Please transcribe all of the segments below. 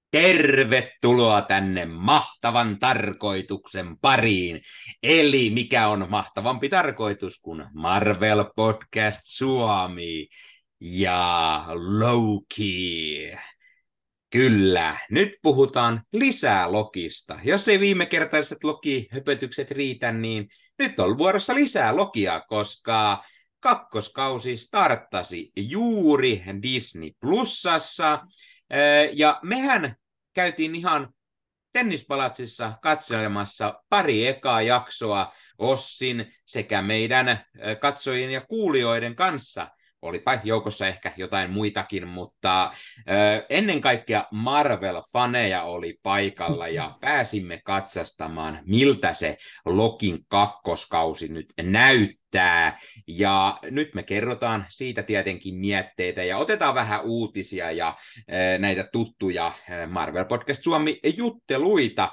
Tervetuloa tänne mahtavan tarkoituksen pariin. Eli mikä on mahtavampi tarkoitus kuin Marvel Podcast Suomi ja Loki. Kyllä, nyt puhutaan lisää Lokista. Jos ei viimekertaiset Loki-höpötykset riitä, niin nyt on vuorossa lisää Lokia, koska kakkoskausi starttasi juuri Disney Plusassa. Ja mehän käytiin ihan Tennispalatsissa katselemassa pari ekaa jaksoa Ossin sekä meidän katsojien ja kuulijoiden kanssa. Olipa joukossa ehkä jotain muitakin, mutta ennen kaikkea Marvel-faneja oli paikalla ja pääsimme katsastamaan, miltä se Lokin kakkoskausi nyt näyttää. Ja nyt me kerrotaan siitä tietenkin mietteitä ja otetaan vähän uutisia ja näitä tuttuja Marvel Podcast Suomi jutteluita.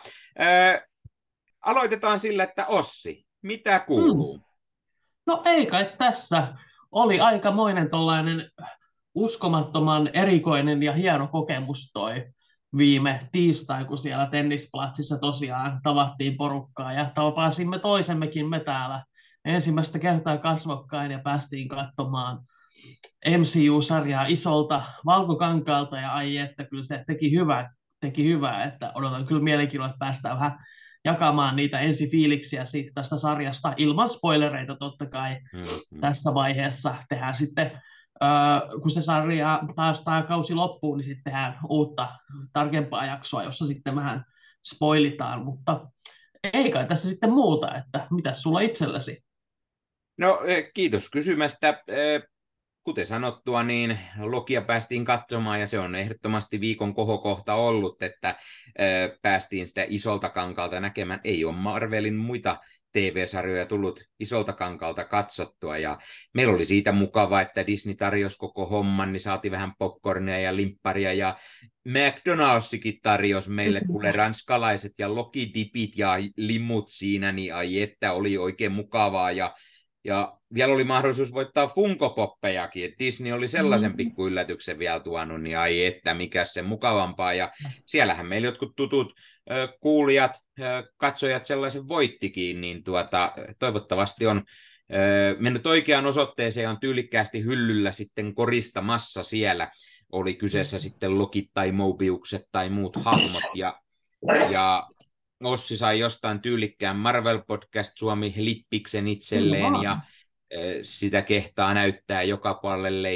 Aloitetaan sillä, että Ossi, mitä Mm. kuuluu? No ei kai tässä. Oli aikamoinen tollainen uskomattoman erikoinen ja hieno kokemus toi viime tiistai, kun siellä tennisplatsissa tosiaan tavattiin porukkaa ja tapasimme toisemmekin me täällä ensimmäistä kertaa kasvokkain ja päästiin katsomaan MCU-sarjaa isolta valkokankaalta ja ai että kyllä se teki hyvää, että odotan kyllä mielenkiinnolla, että päästään vähän jakamaan niitä ensifiiliksiä siitä tästä sarjasta ilman spoilereita totta kai Mm-hmm. tässä vaiheessa. Tehdään sitten, kun se sarja taas tämä kausi loppuu, niin sitten tehdään uutta tarkempaa jaksoa, jossa sitten vähän spoilitaan, mutta ei kai tässä sitten muuta, että mitäs sulla itsellesi? No, kiitos kysymästä. Kuten sanottua, niin Lokia päästiin katsomaan ja se on ehdottomasti viikon kohokohta ollut, että päästiin sitä isolta kankalta näkemään. Ei ole Marvelin muita TV-sarjoja tullut isolta kankalta katsottua ja meillä oli siitä mukava, että Disney tarjosi koko homman, niin saatiin vähän popcornia ja limpparia ja McDonald'sikin tarjosi meille kuule ranskalaiset ja Loki-dipit ja limut siinä, niin ai että oli oikein mukavaa ja vielä oli mahdollisuus voittaa Funko-poppejakin. Disney oli sellaisen Mm. pikku yllätyksen vielä tuonut, niin ai että mikä se mukavampaa. Ja siellähän meillä jotkut tutut kuulijat, katsojat sellaisen voittikin, niin toivottavasti on mennyt oikeaan osoitteeseen ja on tyylikkäästi hyllyllä sitten koristamassa siellä. Oli kyseessä sitten Lokit tai Mobiukset tai muut hahmot. Ja Ossi sai jostain tyylikkään Marvel Podcast Suomi lippiksen Kyllä itselleen ja vaan. sitä kehtaa näyttää joka puolelle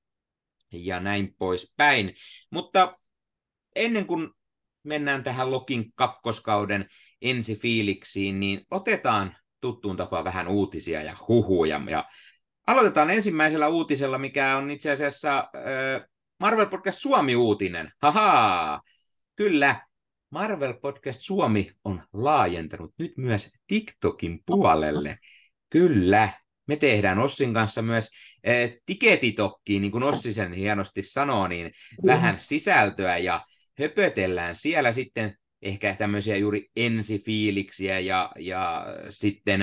ja näin poispäin. Mutta ennen kuin mennään tähän Lokin kakkoskauden ensifiiliksiin, niin otetaan tuttuun tapaan vähän uutisia ja huhuja. Ja aloitetaan ensimmäisellä uutisella, mikä on itse asiassa Marvel Podcast Suomi-uutinen. Haha! Kyllä, Marvel Podcast Suomi on laajentanut nyt myös TikTokin puolelle. Kyllä, me tehdään Ossin kanssa myös Tiketitokkiin, niin kuin Ossi sen hienosti sanoo, niin vähän sisältöä ja höpötellään siellä sitten ehkä tämmöisiä juuri ensifiiliksiä ja sitten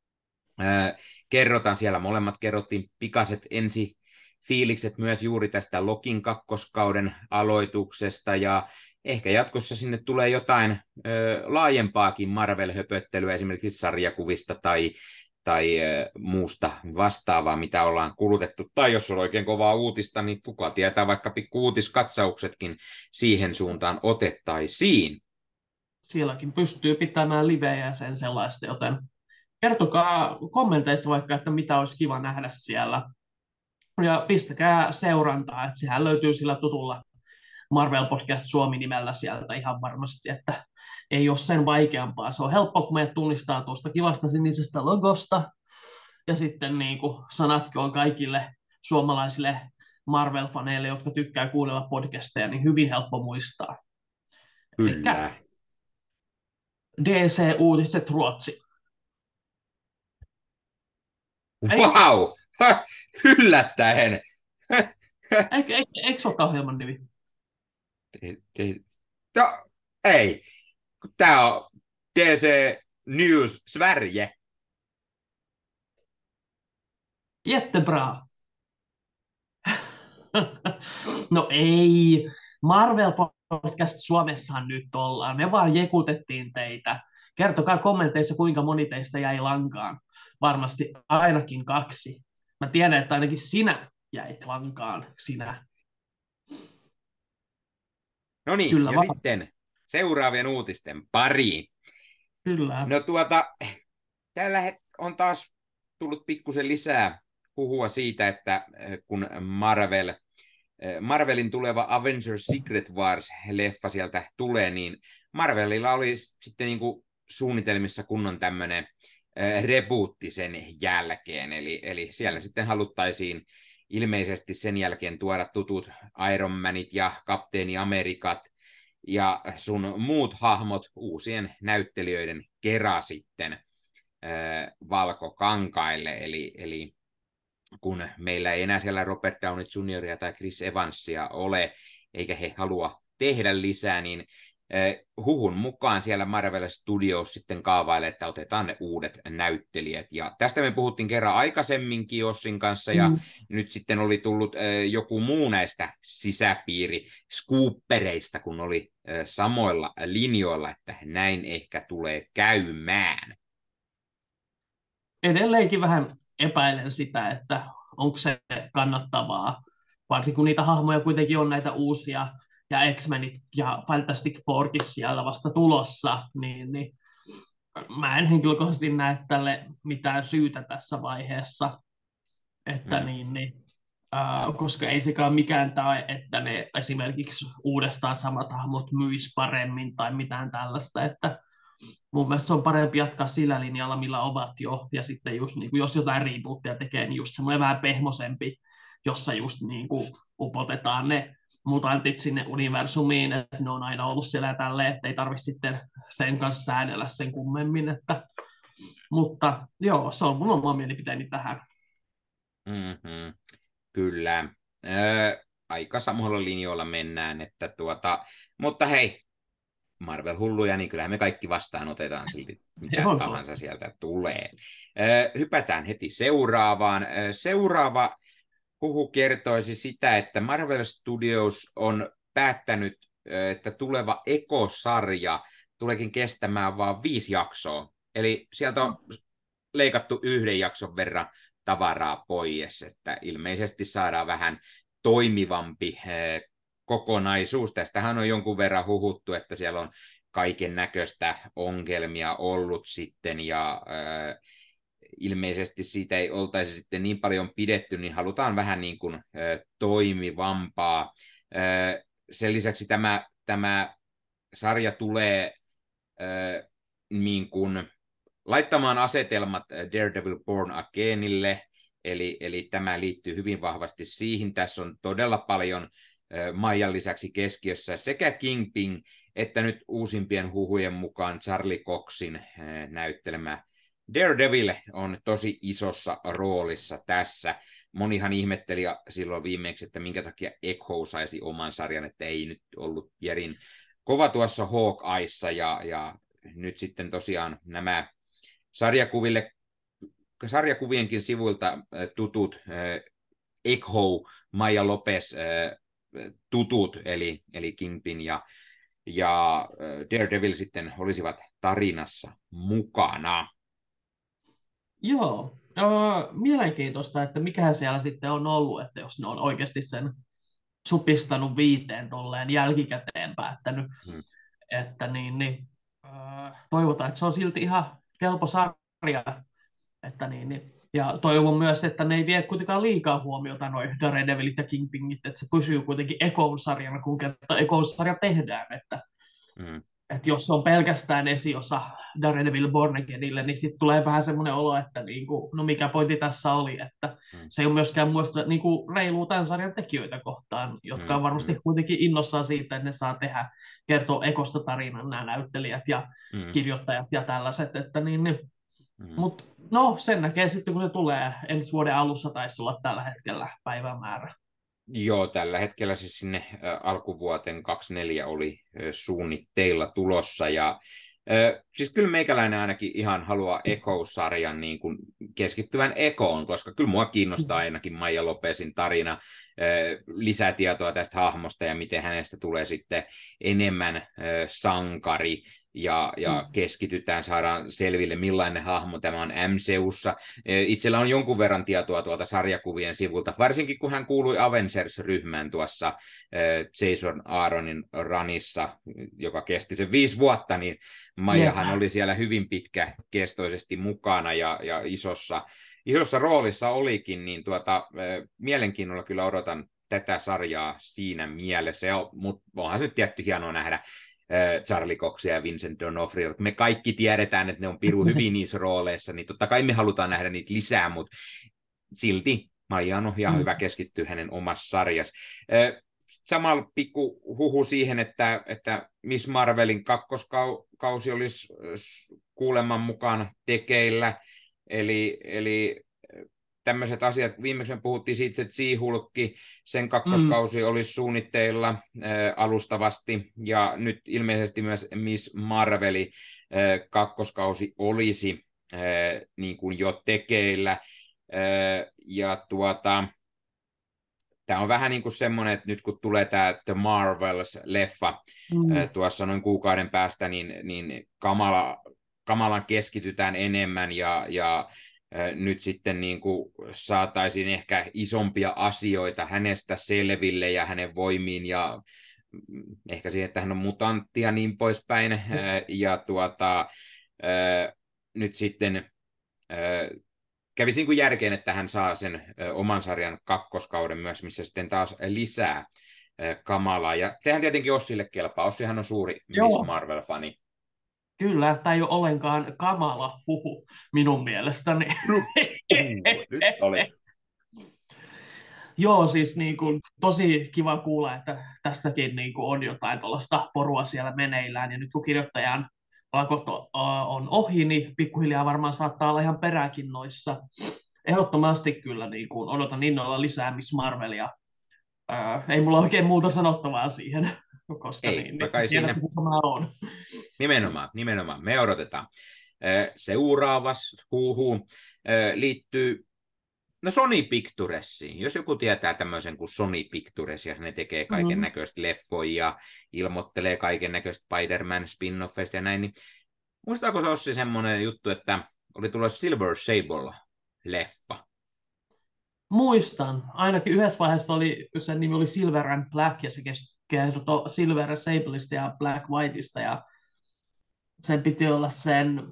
kerrotaan siellä, molemmat kerrottiin pikaset ensifiilikset myös juuri tästä Lokin kakkoskauden aloituksesta ja ehkä jatkossa sinne tulee jotain laajempaakin Marvel-höpöttelyä esimerkiksi sarjakuvista tai muusta vastaavaa, mitä ollaan kulutettu. Tai jos on oikein kovaa uutista, niin kuka tietää, vaikka pikku uutiskatsauksetkin siihen suuntaan otettaisiin. Sielläkin pystyy pitämään livejä ja sen sellaista, joten kertokaa kommenteissa vaikka, että mitä olisi kiva nähdä siellä. Ja pistäkää seurantaa, että sehän löytyy sillä tutulla Marvel Podcast Suomi-nimellä sieltä ihan varmasti, että ei ole sen vaikeampaa. Se on helppo, kun meidät tunnistaa tuosta kivasta sinisestä logosta, ja sitten niin kuin sanatkin on kaikille suomalaisille Marvel-faneille, jotka tykkää kuunnella podcasteja, niin hyvin helppo muistaa. Eli Kyllä. DC-uutiset Ruotsi. Eikö, Vau! Wow! Yllättäen! eikö se ole ohjelman nimi? No, ei. Tämä on DC News Sverige. Jättebra. No ei. Marvel Podcast Suomessahan nyt ollaan. Me vaan jekutettiin teitä. Kertokaa kommenteissa, kuinka moni teistä jäi lankaan. Varmasti ainakin 2. Mä tiedän, että ainakin sinä jäit lankaan. Sinä. No niin, Kyllä ja vaan. sitten seuraavien uutisten pariin. Kyllä. No täällä on taas tullut pikkusen lisää puhua siitä, että kun Marvelin tuleva Avengers Secret Wars-leffa sieltä tulee, niin Marvelilla oli sitten niin kuin suunnitelmissa kunnon tämmöinen rebootti sen jälkeen, eli siellä sitten haluttaisiin ilmeisesti sen jälkeen tuoda tutut Iron Manit ja Kapteeni Amerikat ja sun muut hahmot uusien näyttelijöiden kera sitten valkokankaille, eli kun meillä ei enää siellä Robert Downey Jr. tai Chris Evansia ole, eikä he halua tehdä lisää, niin huhun mukaan siellä Marvel Studios sitten kaavailee, että otetaan ne uudet näyttelijät. Ja tästä me puhuttiin kerran aikaisemminkin Jossin kanssa, ja nyt sitten oli tullut joku muu näistä sisäpiiri-skuuppereista, kun oli samoilla linjoilla, että näin ehkä tulee käymään. Edelleenkin vähän epäilen sitä, että onko se kannattavaa, varsinkin kun niitä hahmoja kuitenkin on näitä uusia, ja X-Menit ja Fantastic Fourkin siellä vasta tulossa, niin mä en henkilökohtaisesti näe tälle mitään syytä tässä vaiheessa, että koska ei sekään mikään tae, että ne esimerkiksi uudestaan samat hahmot myis paremmin tai mitään tällaista, että mun mielestä se on parempi jatkaa sillä linjalla, millä ovat jo, ja sitten just niin kuin, jos jotain rebootia tekee, niin just semmoinen vähän pehmosempi, jossa just niin kuin upotetaan ne mutantit sinne universumiin, että ne on aina ollut siellä tälleen, että ei tarvitse sitten sen kanssa säädellä sen kummemmin, mutta joo, se on mun oma mielipiteeni tähän. Mm-hmm. Kyllä. Aika samoilla linjoilla mennään, että mutta hei, Marvel-hulluja, niin kyllähän me kaikki vastaanotetaan silti, mitä tahansa sieltä tulee. Hypätään heti seuraavaan. Seuraava huhu kertoisi sitä, että Marvel Studios on päättänyt, että tuleva Echo-sarja tuleekin kestämään vain 5 jaksoa. Eli sieltä on leikattu 1 jakson verran tavaraa pois, että ilmeisesti saadaan vähän toimivampi kokonaisuus. Tästähän on jonkun verran huhuttu, että siellä on kaiken näköistä ongelmia ollut sitten, ja ilmeisesti siitä ei oltaisi sitten niin paljon pidetty, niin halutaan vähän niin kuin toimivampaa. Sen lisäksi tämä sarja tulee niin kuin laittamaan asetelmat Daredevil Born Againille, eli tämä liittyy hyvin vahvasti siihen. Tässä on todella paljon Maijan lisäksi keskiössä sekä Kingpin että nyt uusimpien huhujen mukaan Charlie Coxin näyttelemä Daredevil on tosi isossa roolissa tässä. Monihan ihmetteli silloin viimeksi, että minkä takia Echo saisi oman sarjan, että ei nyt ollut järin kova tuossa Hawkeyeissa, ja nyt sitten tosiaan nämä sarjakuvienkin sivuilta tutut Echo, Maya Lopez tutut, eli Kingpin ja Daredevil sitten olisivat tarinassa mukana. Joo, mielenkiintoista, että mikähän siellä sitten on ollut, että jos ne on oikeasti sen supistanut 5 tolleen jälkikäteen päättänyt, että toivotaan, että se on silti ihan kelpo sarja, että ja toivon myös, että ne ei vie kuitenkaan liikaa huomiota noin Daredevilit ja Kingpinit, että se pysyy kuitenkin Echo-sarjana, kun kerta Echo-sarja tehdään, että jos se on pelkästään esiosa Daredevil Born Againille, niin sitten tulee vähän semmoinen olo, että no mikä pointti tässä oli, että se ei ole myöskään muista reilua tämän sarjan tekijöitä kohtaan, jotka on varmasti kuitenkin innossaan siitä, että ne saa kertoa Ekosta tarinan nämä näyttelijät ja kirjoittajat ja tällaiset, että Mutta no, sen näkee sitten, kun se tulee ensi vuoden alussa, taisi olla tällä hetkellä päivämäärä. Joo, tällä hetkellä siis sinne alkuvuoteen 24 oli suunnitteilla tulossa, ja Siis kyllä meikäläinen ainakin ihan haluaa Echo-sarjan niin kuin keskittyvän Ekoon, koska kyllä mua kiinnostaa ainakin Maija Lopezin tarina, lisätietoa tästä hahmosta ja miten hänestä tulee sitten enemmän sankari ja keskitytään, saadaan selville millainen hahmo tämä on MCUssa. Itsellä on jonkun verran tietoa tuolta sarjakuvien sivulta, varsinkin kun hän kuului Avengers-ryhmään tuossa Jason Aaronin ranissa, joka kesti sen 5 vuotta, niin Maijahan oli siellä hyvin pitkäkestoisesti mukana ja isossa roolissa olikin, niin mielenkiinnolla kyllä odotan tätä sarjaa siinä mielessä, mutta onhan se nyt tietty hienoa nähdä Charlie Coxia ja Vincent D'Onofrio. Me kaikki tiedetään, että ne on piru hyvin niissä rooleissa, niin totta kai me halutaan nähdä niitä lisää, mutta silti Maija on ihan hyvä keskittyä hänen omassa sarjassa. Samalla pikku huhu siihen, että Miss Marvelin kakkoskausi olisi kuuleman mukaan tekeillä, eli tämmöiset asiat, viimeksi me puhuttiin siitä, että She-Hulk, sen kakkoskausi olisi suunnitteilla alustavasti, ja nyt ilmeisesti myös Miss Marveli kakkoskausi olisi niin kuin jo tekeillä, ja tämä on vähän niin kuin semmoinen, että nyt kun tulee tämä The Marvels-leffa tuossa noin kuukauden päästä, niin Kamalan keskitytään enemmän ja nyt sitten niin kuin saataisiin ehkä isompia asioita hänestä selville ja hänen voimiin ja ehkä siihen, että hän on mutantti ja niin poispäin. Ja nyt sitten kävisi niin kuin järkeen, että hän saa sen oman sarjan kakkoskauden myös, missä sitten taas lisää Kamalaa. Ja tehän tietenkin Ossille kelpaa. Ossihan on suuri Miss Marvel-fani. Kyllä, tämä ei ole ollenkaan kamala huhu minun mielestäni. Nyt oli. Joo, siis niin kuin, tosi kiva kuulla, että tästäkin niin kuin, on jotain tuollaista porua siellä meneillään. Ja nyt kun kirjoittajan lakot on ohi, niin pikkuhiljaa varmaan saattaa olla ihan perääkin noissa. Ehdottomasti kyllä niin kuin, odotan innolla lisää Miss Marvelia. Ei mulla oikein muuta sanottavaa siihen, koska ei, niin tiedät, mitä mä oon. Nimenomaan, me odotetaan. Seuraavas huuhu liittyy Sony Picturesiin. Jos joku tietää tämmöisen kuin Sony Pictures, ja ne tekee kaiken näköistä leffoja ja ilmoittelee kaiken näköistä Spider-Man spin-offeista ja näin, niin muistaako se Ossi semmoinen juttu, että oli tullut Silver Sable-leffa? Muistan. Ainakin yhdessä vaiheessa sen nimi oli Silver and Black, ja se kertoi Silver Sableista ja Black Whiteista, ja sen piti olla sen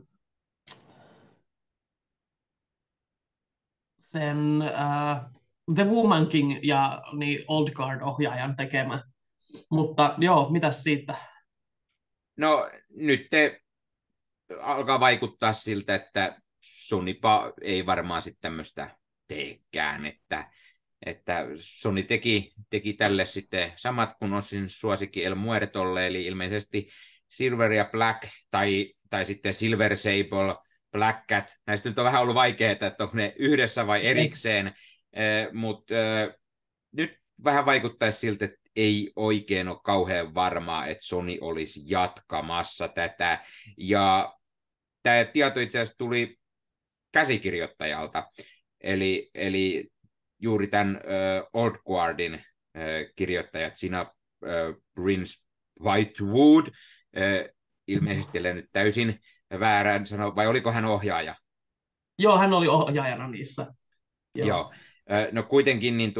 The Woman King ja niin Old Guard-ohjaajan tekemä. Mutta joo, mitäs siitä? No nyt alkaa vaikuttaa siltä, että Sonypa ei varmaan sitten tämmöistä teekään, että Sony teki tälle sitten samat kuin Ossin suosikki El Muertolle, eli ilmeisesti Silver ja Black tai sitten Silver Sable, Black Cat. Näistä nyt on vähän ollut vaikeaa, että onko ne yhdessä vai erikseen, mutta nyt vähän vaikuttaisi siltä, että ei oikein ole kauhean varmaa, että Sony olisi jatkamassa tätä. Ja tämä tieto itse asiassa tuli käsikirjoittajalta, eli juuri tämän Old Guardin kirjoittajat, Sina Prince Whitewood, ilmeisesti ei nyt täysin väärään sanoa, vai oliko hän ohjaaja? Joo, hän oli ohjaajana niissä. Joo. No kuitenkin niin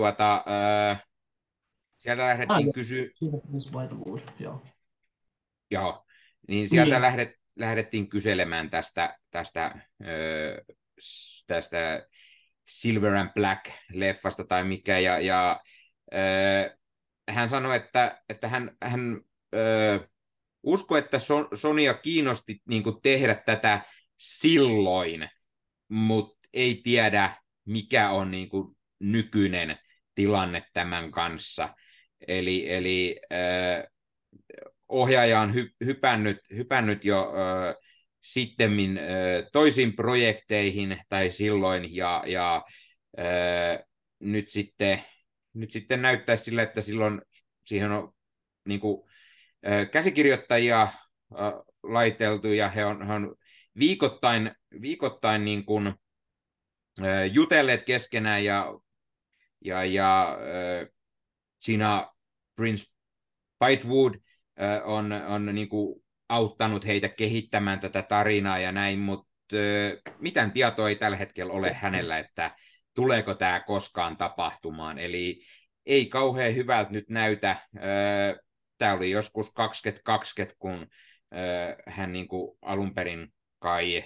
sieltä lähdettiin Joo, niin sieltä lähdettiin kyselemään tästä Silver and Black-leffasta tai mikä, ja hän sanoi, että hän uskoi, että Sonya kiinnosti niin kuin tehdä tätä silloin, mutta ei tiedä, mikä on niin kuin nykyinen tilanne tämän kanssa. Eli ohjaaja on hypännyt jo sittemmin toisiin projekteihin tai silloin, ja nyt sitten näyttäisi sillä, että silloin siihen on niin kuin, käsikirjoittajia laiteltu ja he on viikoittain niin kuin, jutelleet keskenään ja siinä Prince Bythewood on niin kuin auttanut heitä kehittämään tätä tarinaa ja näin, mutta mitään tietoa ei tällä hetkellä ole hänellä, että tuleeko tämä koskaan tapahtumaan. Eli ei kauhean hyvältä nyt näytä. Tämä oli joskus 2020, kun hän niin kuin alun perin kai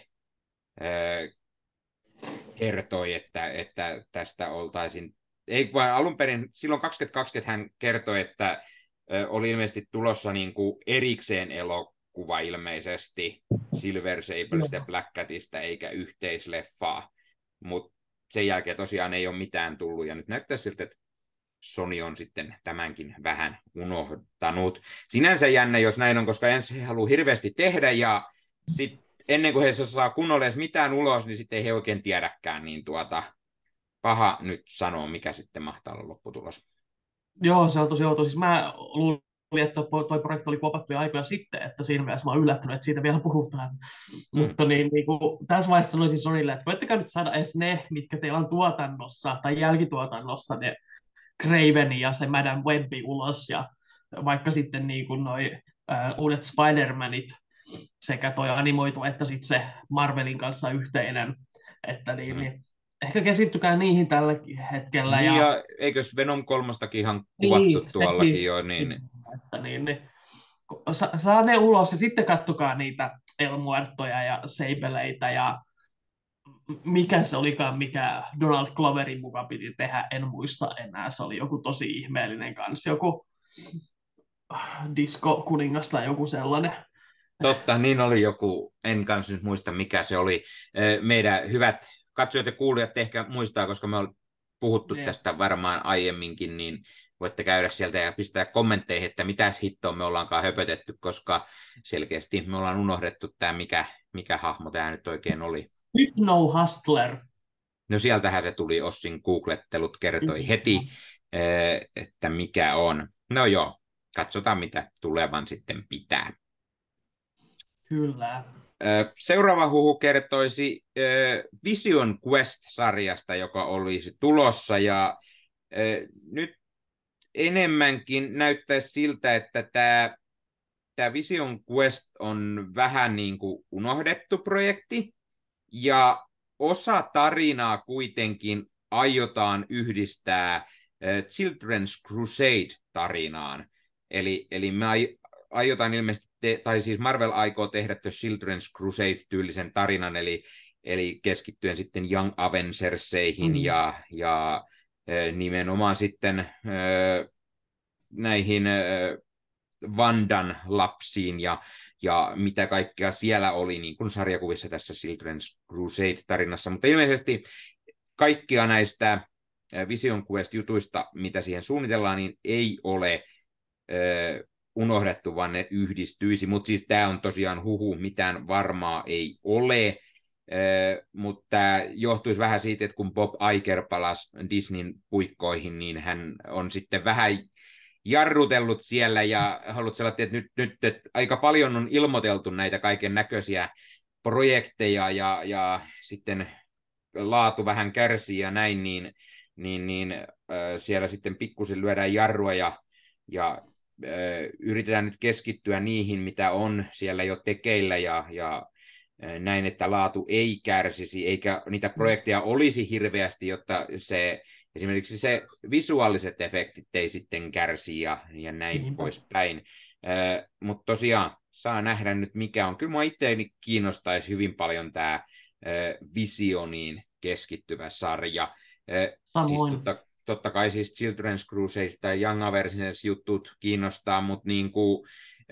kertoi, että tästä oltaisiin. Ei vaan alun perin, silloin 2020 hän kertoi, että oli ilmeisesti tulossa niin kuin erikseen elokuva ilmeisesti Silver Sableista ja Black Catista, eikä yhteisleffaa. Mutta sen jälkeen tosiaan ei ole mitään tullut, ja nyt näyttää siltä, että Sony on sitten tämänkin vähän unohtanut. Sinänsä jännä, jos näin on, koska ensin he haluaa hirveästi tehdä, ja sitten ennen kuin he saa kunnolla edes mitään ulos, niin sitten ei he oikein tiedäkään, niin paha nyt sanoa, mikä sitten mahtaa olla lopputulos. Joo, se on tosi outo. Siis mä luulin, että toi projekti oli kuopattu jo aikoja sitten, että siinä mielessä mä oon yllättynyt, että siitä vielä puhutaan. Mutta niin kuin, tässä vaiheessa sanoisin Sonille, että koettakaa nyt saada edes ne, mitkä teillä on tuotannossa tai jälkituotannossa, ne Craven ja se Madame Webbi ulos, ja vaikka sitten niin kuin noi uudet Spider-Manit sekä toi animoitu, että sitten se Marvelin kanssa yhteinen, että niin ehkä keskittykää niihin tällä hetkellä. Niin, ja eikös Venom 3 ihan kuvattu niin, tuollakin jo, niin... Että niin. Saa ne ulos ja sitten kattokaa niitä El Muertoja ja Seibeleitä ja mikä se olikaan, mikä Donald Gloverin mukaan piti tehdä, en muista enää, se oli joku tosi ihmeellinen kanssa, joku Disco-kuningas tai joku sellainen. Totta, niin oli joku, en kanssa nyt muista mikä se oli. Meidän hyvät katsojat ja kuulijat ehkä muistaa, koska me ollaan puhuttu tästä varmaan aiemminkin, niin voitte käydä sieltä ja pistää kommentteihin, että mitäs hittoa me ollaankaan höpötetty, koska selkeästi me ollaan unohdettu tämä, mikä hahmo tämä nyt oikein oli. Hypno Hustler. No sieltähän se tuli, Ossin googlettelut kertoi heti, että mikä on. No joo, katsotaan mitä tulevan sitten pitää. Kyllä. Seuraava huhu kertoisi Vision Quest-sarjasta, joka olisi tulossa, ja nyt enemmänkin näyttäisi siltä, että tämä Vision Quest on vähän niin kuin unohdettu projekti, ja osa tarinaa kuitenkin aiotaan yhdistää Children's Crusade-tarinaan. Eli me aiotaan ilmeisesti, tai siis Marvel aikoo tehdä Children's Crusade-tyylisen tarinan, eli keskittyen sitten Young Avengerseihin ja nimenomaan sitten näihin Vandan lapsiin ja mitä kaikkea siellä oli niin kuin sarjakuvissa tässä Children's Crusade-tarinassa, mutta ilmeisesti kaikkia näistä Vision Quest-jutuista, mitä siihen suunnitellaan, niin ei ole unohdettu, vaan ne yhdistyisi, mutta siis tämä on tosiaan huhu, mitään varmaa ei ole, mutta tämä johtuisi vähän siitä, että kun Bob Iger palasi Disneyn puikkoihin, niin hän on sitten vähän jarrutellut siellä ja haluat sanoa, että nyt että aika paljon on ilmoiteltu näitä kaiken näköisiä projekteja ja sitten laatu vähän kärsii ja näin, niin siellä sitten pikkusen lyödään jarrua ja yritetään nyt keskittyä niihin, mitä on siellä jo tekeillä ja näin, että laatu ei kärsisi, eikä niitä projekteja olisi hirveästi, jotta esimerkiksi se visuaaliset efektit ei sitten kärsi ja näin poispäin. Mutta tosiaan saa nähdä nyt mikä on. Kyllä minua itseäni kiinnostaisi hyvin paljon tämä Visioniin keskittyvä sarja. Siis totta kai siis Children's Crusade tai Young Avengers jutut kiinnostaa, mutta niin kuin,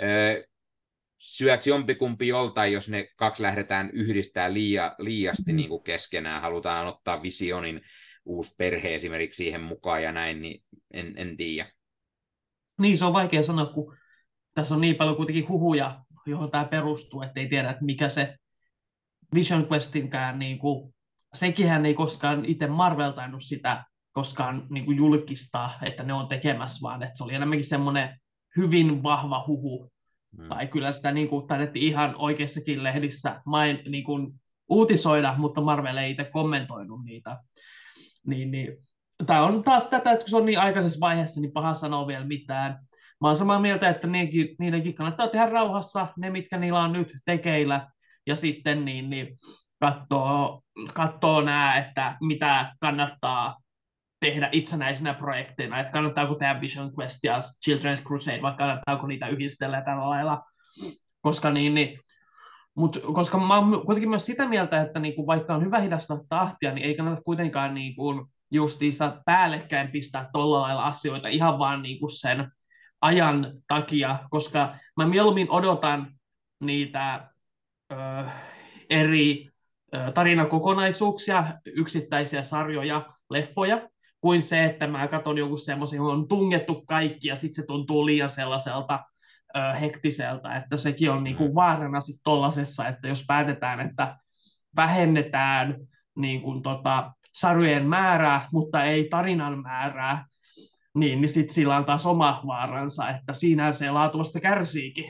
syöksi jompikumpi joltain, jos ne kaksi lähdetään yhdistää liiasti niin kuin keskenään. Halutaan ottaa Visionin uusi perhe esimerkiksi siihen mukaan ja näin, niin en tiedä. Niin, se on vaikea sanoa, kun tässä on niin paljon kuitenkin huhuja, johon tämä perustuu, että ei tiedä, että mikä se Vision Questinkään, niin kuin, sekinhän ei koskaan itse Marvel tainnut sitä koskaan niin kuin julkistaa, että ne on tekemässä, vaan että se oli enemmänkin semmoinen hyvin vahva huhu, tai kyllä sitä niin kuin taidettiin ihan oikeissakin lehdissä niin kuin uutisoida, mutta Marvel ei itse kommentoinut niitä. Niin. Tämä on taas tätä, että kun se on niin aikaisessa vaiheessa, niin paha sanoa vielä mitään. Mä oon samaa mieltä, että niidenkin kannattaa tehdä rauhassa ne, mitkä niillä on nyt tekeillä, ja sitten niin katsoo nämä, että mitä kannattaa tehdä itsenäisenä projekteina, että kannattaako tehdä Vision Quest ja Children's Crusade, vai kannattaako niitä yhdistellä tällä lailla, koska koska mä oon kuitenkin myös sitä mieltä, että niinku, vaikka on hyvä hidastaa tahtia, niin ei kannata kuitenkaan niinku, justiinsa päällekkäin pistää tuolla lailla asioita ihan vaan niinku sen ajan takia, koska mä mieluummin odotan niitä ö, eri tarinakokonaisuuksia, yksittäisiä sarjoja, leffoja, kuin se, että mä katson jonkun semmoisen, johon on tungettu kaikki, ja sitten se tuntuu liian sellaiselta hektiseltä, että sekin on niinku vaarana sitten tollasessa, että jos päätetään, että vähennetään niin kuin sarjojen määrää, mutta ei tarinan määrää, niin sitten sillä on taas oma vaaransa, että siinä se laatu vasta kärsiikin.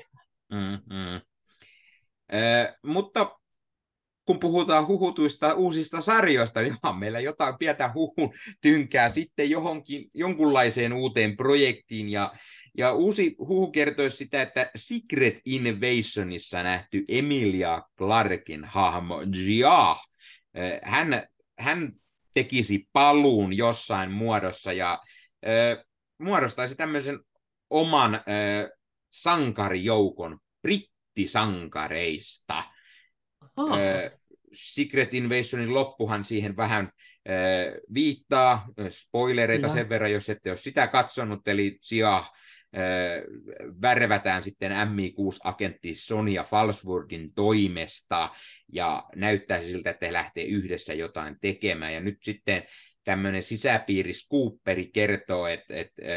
Mutta kun puhutaan huhutuista uusista sarjoista, niin on meillä jotain pientä huhun tynkää sitten jonkunlaiseen uuteen projektiin. Ja uusi huhu kertoisi sitä, että Secret Invasionissa nähty Emilia Clarken hahmo Jiah, hän tekisi paluun jossain muodossa ja muodostaisi tämmöisen oman sankarijoukon brittisankareista. Secret Invasionin loppuhan siihen vähän viittaa, spoilereita sen verran, jos ette ole sitä katsonut, eli Jiah värvätään sitten MI6-agentti Sonia Falsworthin toimesta, ja näyttää siltä, että he lähtee yhdessä jotain tekemään, ja nyt sitten tämmöinen sisäpiiriskuupperi kertoo, että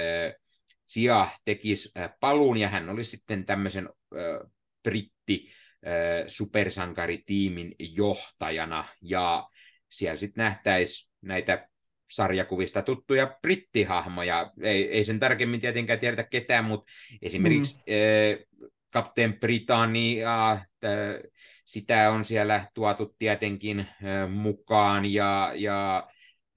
Jiah tekisi paluun, ja hän olisi sitten tämmöisen britti supersankaritiimin johtajana, ja siellä sitten nähtäisi näitä sarjakuvista tuttuja brittihahmoja. Ei sen tarkemmin tietenkään tiedetä ketään, mutta esimerkiksi Captain Britannia, sitä on siellä tuotu tietenkin mukaan, ja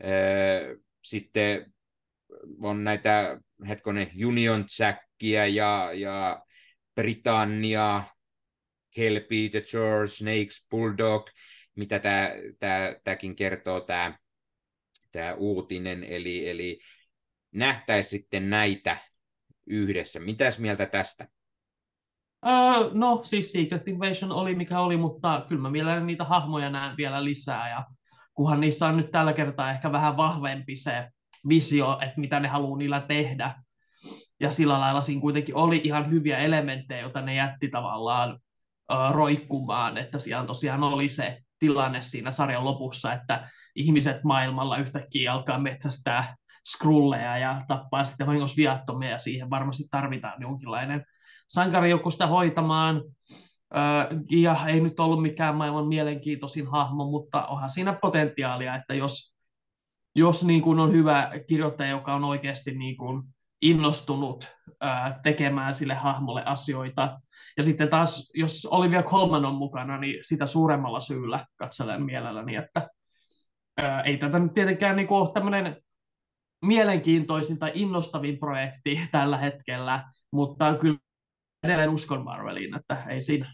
sitten on näitä Union Jackia ja Britannia, Kelpie, The George, Snakes, Bulldog, mitä tämäkin kertoo, tämä uutinen, eli nähtäisi sitten näitä yhdessä. Mitäs mieltä tästä? No siis Secret Invasion oli mikä oli, mutta kyllä mä mielelläni niitä hahmoja näen vielä lisää, ja kunhan niissä on nyt tällä kertaa ehkä vähän vahvempi se visio, että mitä ne haluaa niillä tehdä, ja sillä lailla siinä kuitenkin oli ihan hyviä elementtejä, joita ne jätti tavallaan roikkumaan, että siellä tosiaan oli se tilanne siinä sarjan lopussa, että ihmiset maailmalla yhtäkkiä alkaa metsästää skrulleja ja tappaa sitten vahingossa viattomia, ja siihen varmasti tarvitaan jonkinlainen sankarijoukko sitä hoitamaan. Ja ei nyt ollut mikään maailman mielenkiintoisin hahmo, mutta onhan siinä potentiaalia, että jos niin kuin on hyvä kirjoittaja, joka on oikeasti niin kuin innostunut tekemään sille hahmolle asioita. Ja sitten taas, jos Olivia Colman on mukana, niin sitä suuremmalla syyllä katselen mielelläni, että ei tätä nyt tietenkään niin kuin ole tämmöinen mielenkiintoisin tai innostavin projekti tällä hetkellä, mutta kyllä edelleen uskon Marveliin, että ei siinä.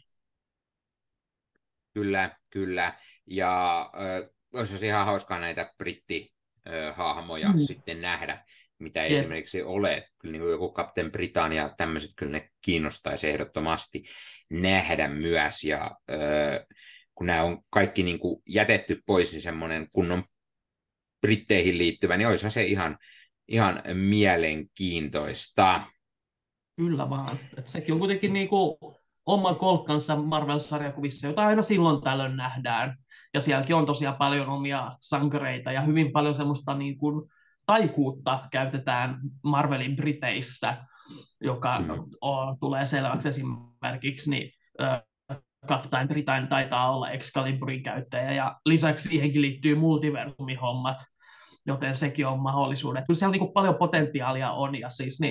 Kyllä. Ja olisi ihan hauskaa näitä brittihahmoja sitten nähdä, mitä ei esimerkiksi ole. Kyllä niin kuin joku Captain Britannia, tämmöiset kyllä ne kiinnostaisi ehdottomasti nähdä myös. Ja kun nämä on kaikki niin kuin jätetty pois, niin semmoinen kunnon britteihin liittyvä, niin olisihan se ihan mielenkiintoista. Kyllä vaan. Että sekin on kuitenkin niin kuin oma kolkkansa Marvel-sarjakuvissa, jota aina silloin tällöin nähdään. Ja sielläkin on tosiaan paljon omia sankareita ja hyvin paljon semmoista niin kuin taikuutta käytetään Marvelin Briteissä, joka tulee selväksi esimerkiksi, niin Captain Britain taitaa olla Excaliburin käyttäjä, ja lisäksi siihenkin liittyy multiversumihommat, joten sekin on mahdollisuudet. Kyllä siellä niin kuin paljon potentiaalia on, ja siis niin,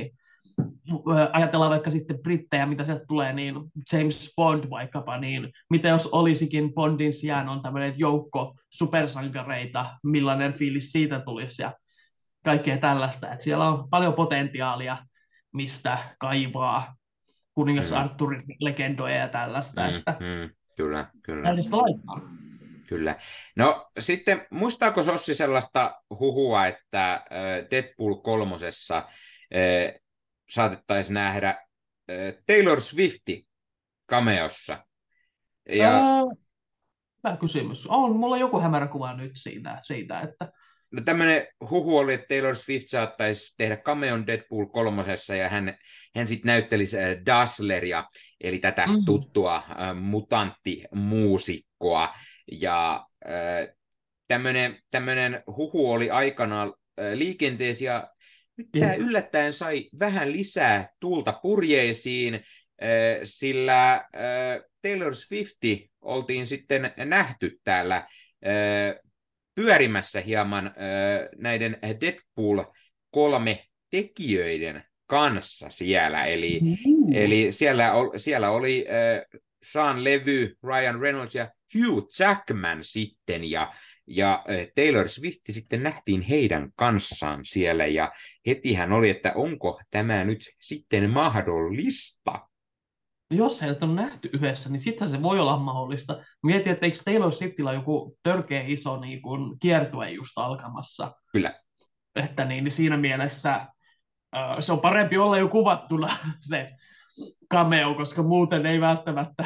ajatellaan vaikka sitten brittejä, mitä sieltä tulee, niin James Bond vaikkapa, niin mitä jos olisikin Bondin sijaan on tämmöinen joukko supersankareita, millainen fiilis siitä tulisi ja kaikkea tällaista. Et siellä on paljon potentiaalia, mistä kaivaa kuningas Mm, Arthurin legendoja ja tällaista, että kyllä, kyllä. näistä laittaa. Kyllä. No sitten, muistaako Sossi sellaista huhua, että Deadpool kolmosessa saatettaisiin nähdä Taylor Swifti cameossa? Ja Hyvä kysymys. On, mulla on joku hämärä kuva nyt siitä että no, tämmöinen huhu oli, että Taylor Swift saattaisi tehdä cameon Deadpool kolmosessa ja hän sitten näyttelisi Dazzleria, eli tätä tuttua mutanttimuusikkoa. Ja tämmöinen huhu oli aikanaan liikenteessä ja nyt tämä yllättäen sai vähän lisää tuulta purjeisiin, sillä Taylor Swifti oltiin sitten nähty täällä pyörimässä hieman näiden Deadpool 3 tekijöiden kanssa siellä. Eli siellä oli Sean Levy, Ryan Reynolds ja Hugh Jackman sitten, ja Taylor Swift sitten nähtiin heidän kanssaan siellä, ja hetihän oli, että onko tämä nyt sitten mahdollista? Jos heidät on nähty yhdessä, niin sitten se voi olla mahdollista. Mietin, että eikö Taylor Swiftillä ole joku törkeä iso niin kuin, kiertue just alkamassa. Kyllä. Että niin siinä mielessä se on parempi olla jo kuvattuna se cameo, koska muuten ei välttämättä,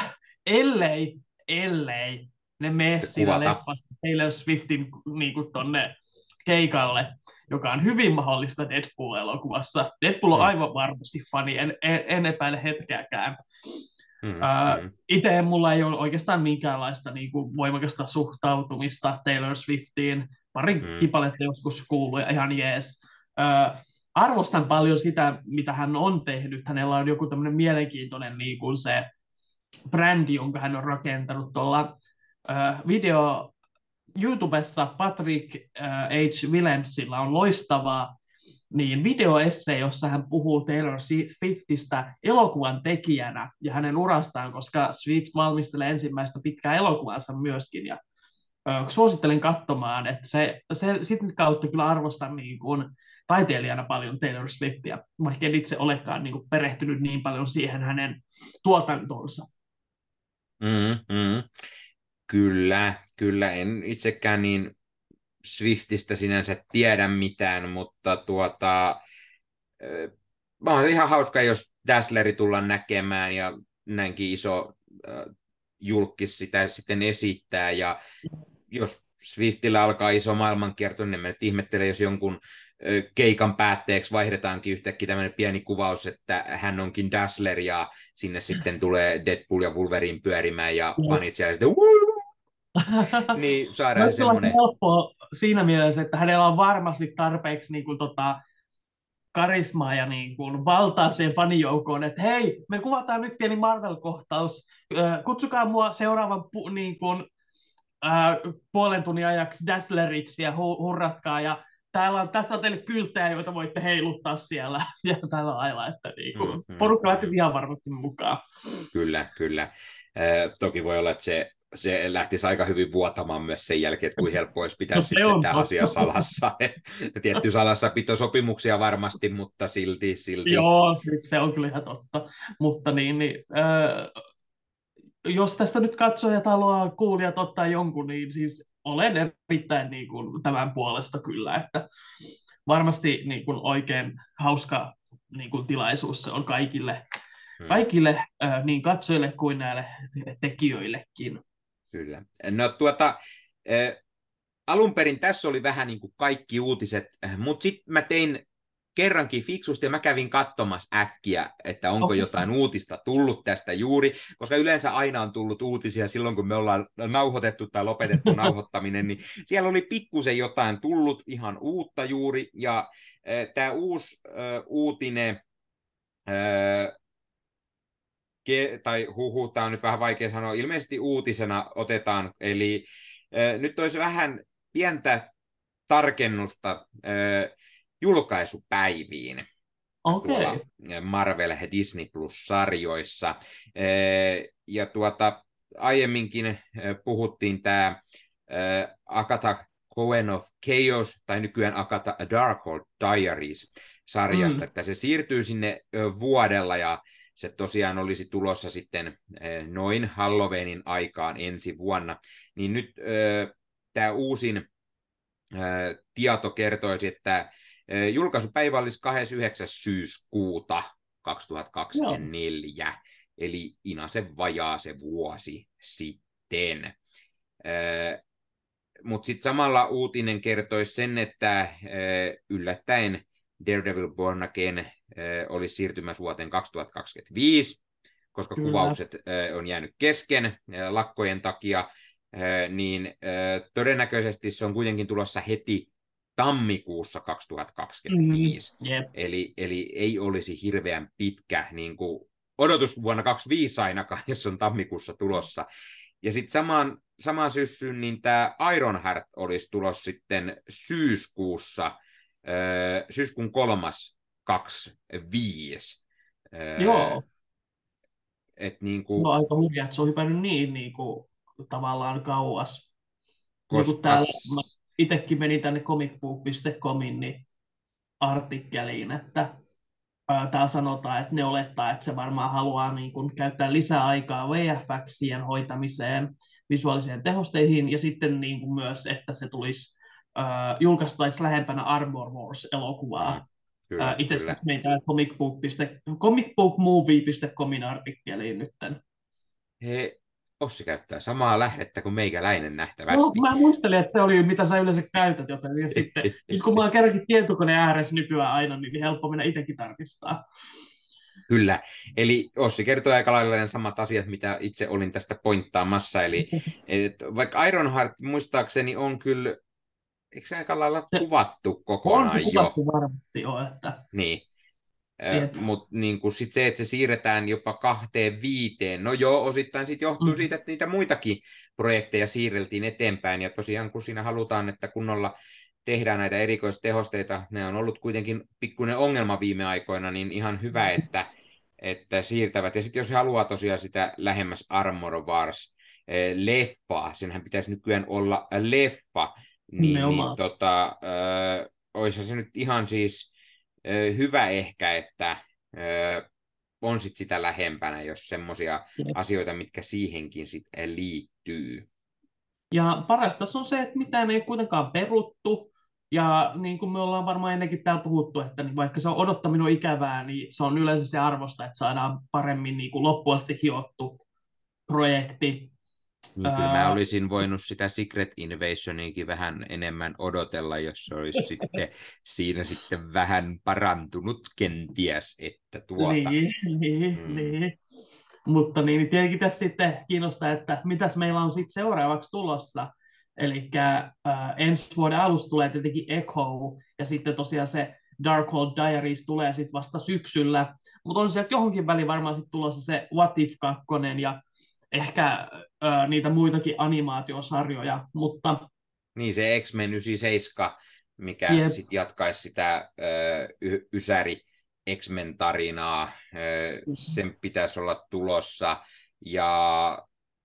ellei ne mene siinä leffassa Taylor Swiftin niin kuin tonne keikalle, joka on hyvin mahdollista Deadpool-elokuvassa. Deadpool on aivan varmasti fani, en epäile hetkeäkään. Itse mulla ei ole oikeastaan minkäänlaista niin kuin voimakasta suhtautumista Taylor Swiftiin. Pari kipaletta joskus kuuluu ja ihan jees. Arvostan paljon sitä, mitä hän on tehnyt. Hänellä on joku tämmöinen mielenkiintoinen niin kuin se brändi, jonka hän on rakentanut tuolla YouTubessa Patrick H. Willemsilla on loistavaa niin videoesse, jossa hän puhuu Taylor Swiftistä elokuvan tekijänä ja hänen urastaan, koska Swift valmistelee ensimmäistä pitkää elokuvansa myöskin. Ja suosittelen katsomaan, että se sitten kautta kyllä arvostan niin kuin taiteilijana paljon Taylor Swiftia, vaikka en itse olekaan niin kuin perehtynyt niin paljon siihen hänen tuotantonsa. Kyllä, en itsekään niin Swiftistä sinänsä tiedä mitään, mutta on se ihan hauska, jos Dazzleri tullaan näkemään ja näinkin iso julkis sitä sitten esittää, ja jos Swiftillä alkaa iso maailmankierto, niin en ihmettele, jos jonkun keikan päätteeksi vaihdetaankin yhtäkkiä tämmöinen pieni kuvaus, että hän onkin Dazzler, ja sinne sitten tulee Deadpool ja Wolverine pyörimään, ja fanit siellä sitten niin saadaan se on semmoinen helppoa siinä mielessä, että hänellä on varmasti tarpeeksi niin kuin, karismaa ja niin kuin, valtaa siihen fanijoukkoon, että hei, me kuvataan nyt pieni Marvel-kohtaus, kutsukaa mua seuraavan niin kuin, puolen tunnin ajaksi Dazzleriksi ja hurratkaa, ja tässä on teille kylttejä, joita voitte heiluttaa siellä ja tällä lailla, että niin kuin, porukka lähtisi ihan varmasti mukaan. Kyllä. Toki voi olla, että se lähtisi aika hyvin vuotamaan myös sen jälkeen, että kuin helppo olisi pitää sitten tämä asia salassa. Tietty salassapitosopimuksia varmasti, mutta silti. Joo, siis se on kyllä ihan totta. Mutta jos tästä nyt katsojat haluaa kuulijat ottaa jonkun, niin siis olen erittäin niin kuin, tämän puolesta kyllä, että varmasti niin kuin, oikein hauska niin kuin, tilaisuus se on kaikille niin katsojille kuin näille tekijöillekin. Kyllä. No alun perin tässä oli vähän niin kuin kaikki uutiset, mutta sitten mä tein kerrankin fiksusti ja mä kävin katsomassa äkkiä, että onko jotain uutista tullut tästä juuri, koska yleensä aina on tullut uutisia silloin, kun me ollaan nauhoitettu tai lopetettu nauhoittaminen, niin siellä oli pikkusen jotain tullut ihan uutta juuri, ja tämä uusi uutinen, tai huhu, tämä on nyt vähän vaikea sanoa, ilmeisesti uutisena otetaan, eli nyt olisi vähän pientä tarkennusta julkaisupäiviin. Okei. tuolla Marvel Disney Plus-sarjoissa. Ja aiemminkin puhuttiin tämä Agatha Coven of Chaos, tai nykyään Agatha Darkhold Diaries-sarjasta, että se siirtyy sinne vuodella, ja se tosiaan olisi tulossa sitten noin Halloweenin aikaan ensi vuonna. Niin nyt tämä uusin tieto kertoisi, että julkaisupäivä olisi 29. syyskuuta 2024, Joo. Eli inasen vajaa se vuosi sitten. Mutta sitten samalla uutinen kertoisi sen, että yllättäen Daredevil Born Again olisi siirtymässä vuoteen 2025, koska Kyllä. kuvaukset on jäänyt kesken lakkojen takia, niin todennäköisesti se on kuitenkin tulossa heti tammikuussa 2025. Eli ei olisi hirveän pitkä niin kuin odotus vuonna 2025 ainakaan, jos on tammikuussa tulossa. Ja sitten samaan syssyyn niin tämä Ironheart olisi tulossa sitten syyskuussa, syyskuun 3.25. Joo. Niin kuin, no aika hurjaa, että se on hypännyt niin kuin, tavallaan kauas. Koska... Niin täällä itsekin menin tänne comicbook.comin niin artikkeliin, että täällä sanotaan, että ne olettaa, että se varmaan haluaa niin kuin, käyttää lisää aikaa VFXien hoitamiseen, visuaaliseen tehosteihin, ja sitten niin kuin myös, että se tulisi julkaistaisi lähempänä Armor Wars-elokuvaa. Itse asiassa menin täällä comicbookmovie.comin artikkeliin nytten. Ossi käyttää samaa lähdettä kuin meikäläinen nähtävästi. No, mä muistelin, että se oli mitä sä yleensä käytät, joten ja sitten, nyt kun mä oon kerrankin tietokoneen ääressä nykyään aina, niin helppo mennä itsekin tarkistaa. Kyllä, eli Ossi kertoo aika lailla samat asiat, mitä itse olin tästä pointtaamassa, eli vaikka Ironheart muistaakseni on kyllä, eikö se aika lailla kuvattu kokonaan jo? On se kuvattu varmasti jo, että... Niin. Mutta niin sitten se, että se siirretään jopa 2-5, no joo, osittain sitten johtuu siitä, että niitä muitakin projekteja siirreltiin eteenpäin, ja tosiaan kun siinä halutaan, että kunnolla tehdään näitä erikoistehosteita, ne on ollut kuitenkin pikkuinen ongelma viime aikoina, niin ihan hyvä, että siirtävät, ja sitten jos haluaa tosiaan sitä lähemmäs Armor Wars leffaa, senhän pitäisi nykyään olla leffa, niin olisi se nyt ihan siis hyvä ehkä, että on sit sitä lähempänä, jos semmoisia asioita, mitkä siihenkin sit liittyy. Ja parasta on se, että mitään ei kuitenkaan peruttu, ja niin kuin me ollaan varmaan ennenkin täällä puhuttu, että vaikka se on odottaminen ikävää, niin se on yleensä se arvosta, että saadaan paremmin niin kuin loppuun asti hiottu projekti. Niin, kyllä mä olisin voinut sitä Secret Invasioniakin vähän enemmän odotella, jos se olisi sitten siinä sitten vähän parantunut kenties, että Niin. Mutta niin, tietenkin tässä sitten kiinnostaa, että mitäs meillä on sitten seuraavaksi tulossa. Eli ensi vuoden alussa tulee tietenkin Echo, ja sitten tosiaan se Darkhold Diaries tulee sitten vasta syksyllä. Mutta on sieltä johonkin väliin varmaan sitten tulossa se What If 2, ja ehkä niitä muitakin animaatiosarjoja, mutta... Niin, se X-Men 97, mikä sitten jatkaisi sitä Ysäri X-Men-tarinaa, sen pitäisi olla tulossa, ja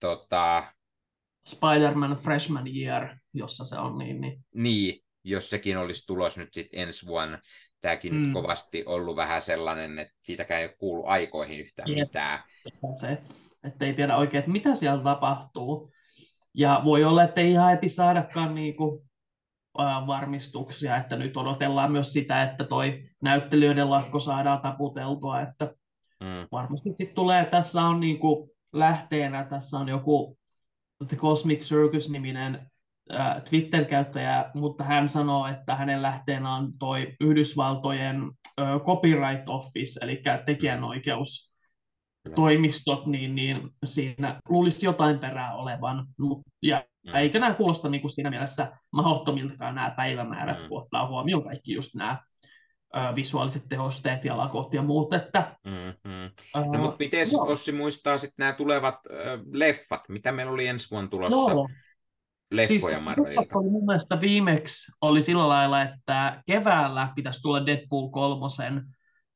Spider-Man Freshman Year, jossa se on niin. Niin, jos sekin olisi tulos nyt sitten ensi vuonna. Tämäkin nyt kovasti ollut vähän sellainen, että siitäkään ei ole kuullut aikoihin yhtään mitään. Se, että ei tiedä oikein, että mitä siellä tapahtuu. Ja voi olla, että ei ihan heti saadakaan niinku, varmistuksia, että nyt odotellaan myös sitä, että toi näyttelijöiden lakko saadaan taputeltua, että varmasti sitten tulee, tässä on niinku lähteenä, tässä on joku The Cosmic Circus-niminen Twitter-käyttäjä, mutta hän sanoo, että hänen lähteenä on toi Yhdysvaltojen Copyright Office, eli tekijänoikeus toimistot, niin siinä luulisi jotain perää olevan. Ja eikä nämä kuulosta niin kuin siinä mielessä mahdottomiltakaan nämä päivämäärät, kun ottaa huomioon kaikki just nämä visuaaliset tehosteet ja lakot ja muut. Että, no mutta miten Ossi muistaa sitten nämä tulevat leffat? Mitä meillä oli ensi vuonna tulossa? Leffoja Marvelilta. Mun mielestä viimeksi oli sillä lailla, että keväällä pitäisi tulla Deadpool 3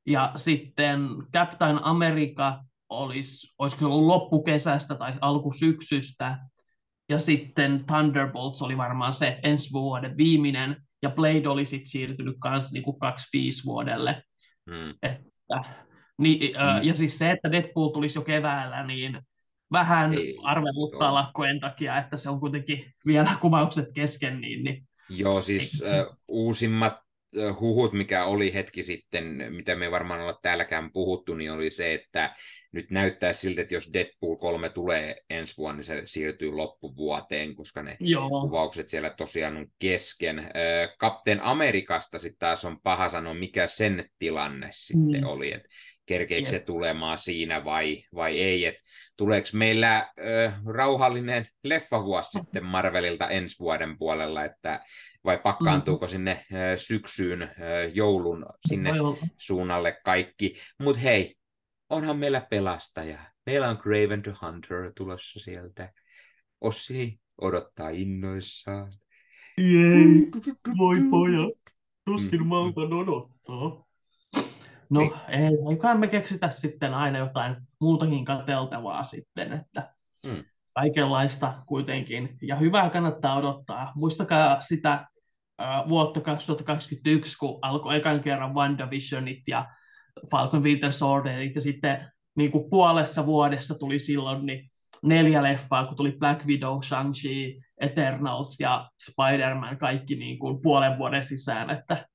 Ja sitten Captain America olisiko se ollut loppukesästä tai alkusyksystä. Ja sitten Thunderbolts oli varmaan se ensi vuoden viimeinen. Ja Blade oli sitten siirtynyt kanssa niinku 25 vuodelle. Mm. Että, ja siis se, että Deadpool tulisi jo keväällä, niin vähän Ei, arveluttaa joo. lakkojen takia, että se on kuitenkin vielä kuvaukset kesken. Joo, siis uusimmat huhut, mikä oli hetki sitten, mitä me varmaan olla täälläkään puhuttu, niin oli se, että nyt näyttää siltä, että jos Deadpool 3 tulee ensi vuonna, niin se siirtyy loppuvuoteen, koska ne Joo. kuvaukset siellä tosiaan on kesken. Captain Amerikasta sitten taas on paha sanoa, mikä sen tilanne sitten oli, että kerkeekö se tulemaan siinä vai ei, että tuleeko meillä rauhallinen leffavuosi sitten Marvelilta ensi vuoden puolella, että vai pakkaantuuko sinne syksyyn, joulun sinne suunnalle kaikki. Mutta hei, onhan meillä pelastaja. Meillä on Craven the Hunter tulossa sieltä. Ossi odottaa innoissaan. Jei, voi pojat, tuskin maltan odottaa. No eiköhän me keksitä sitten aina jotain muutakin katseltavaa sitten, että kaikenlaista kuitenkin. Ja hyvää kannattaa odottaa. Muistakaa sitä vuotta 2021, kun alkoi ekan kerran WandaVisionit ja Falcon Winter Soldierit, ja sitten niin kuin puolessa vuodessa tuli silloin niin 4 leffaa, kun tuli Black Widow, Shang-Chi, Eternals ja Spider-Man, kaikki niin kuin puolen vuoden sisään, että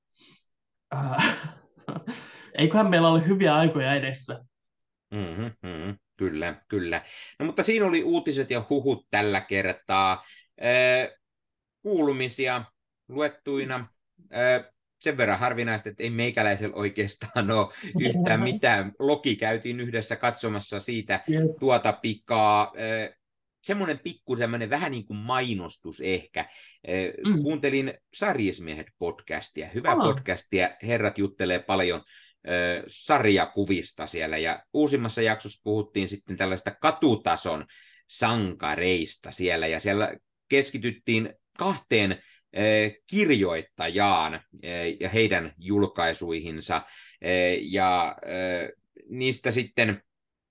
eiköhän meillä ole hyviä aikoja edessä. Kyllä, kyllä. No mutta siinä oli uutiset ja huhut tällä kertaa. Kuulumisia luettuina. Sen verran harvinaista, että ei meikäläisellä oikeastaan ole yhtään mitään. Loki käytiin yhdessä katsomassa siitä tuota pikaa. Semmoinen pikku semmoinen vähän niin kuin mainostus ehkä. Kuuntelin Sarjismiehet-podcastia. Hyvää podcastia. Herrat juttelee paljon sarjakuvista siellä. Ja uusimmassa jaksossa puhuttiin sitten tällaista katutason sankareista siellä. Ja siellä keskityttiin 2 kirjoittajaan ja heidän julkaisuihinsa. Ja niistä sitten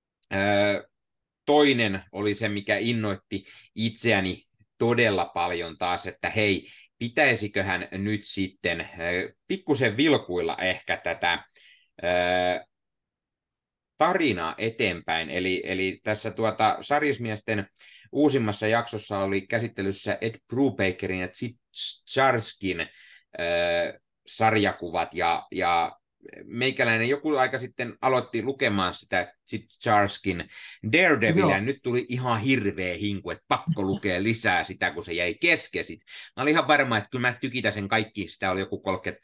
toinen oli se, mikä innoitti itseäni todella paljon taas, että hei, pitäisiköhän nyt sitten pikkusen vilkuilla ehkä tätä tarinaa eteenpäin. Eli tässä sarjismiesten uusimmassa jaksossa oli käsittelyssä Ed Brubakerin ja Chip Zdarskin sarjakuvat, ja meikäläinen joku aika sitten aloitti lukemaan sitä Chip Zdarskin Daredevilia, ja nyt tuli ihan hirveä hinku, että pakko lukea lisää sitä, kun se jäi kesken. Mä olin ihan varma, että kyllä mä tykitän sen kaikki, sitä oli joku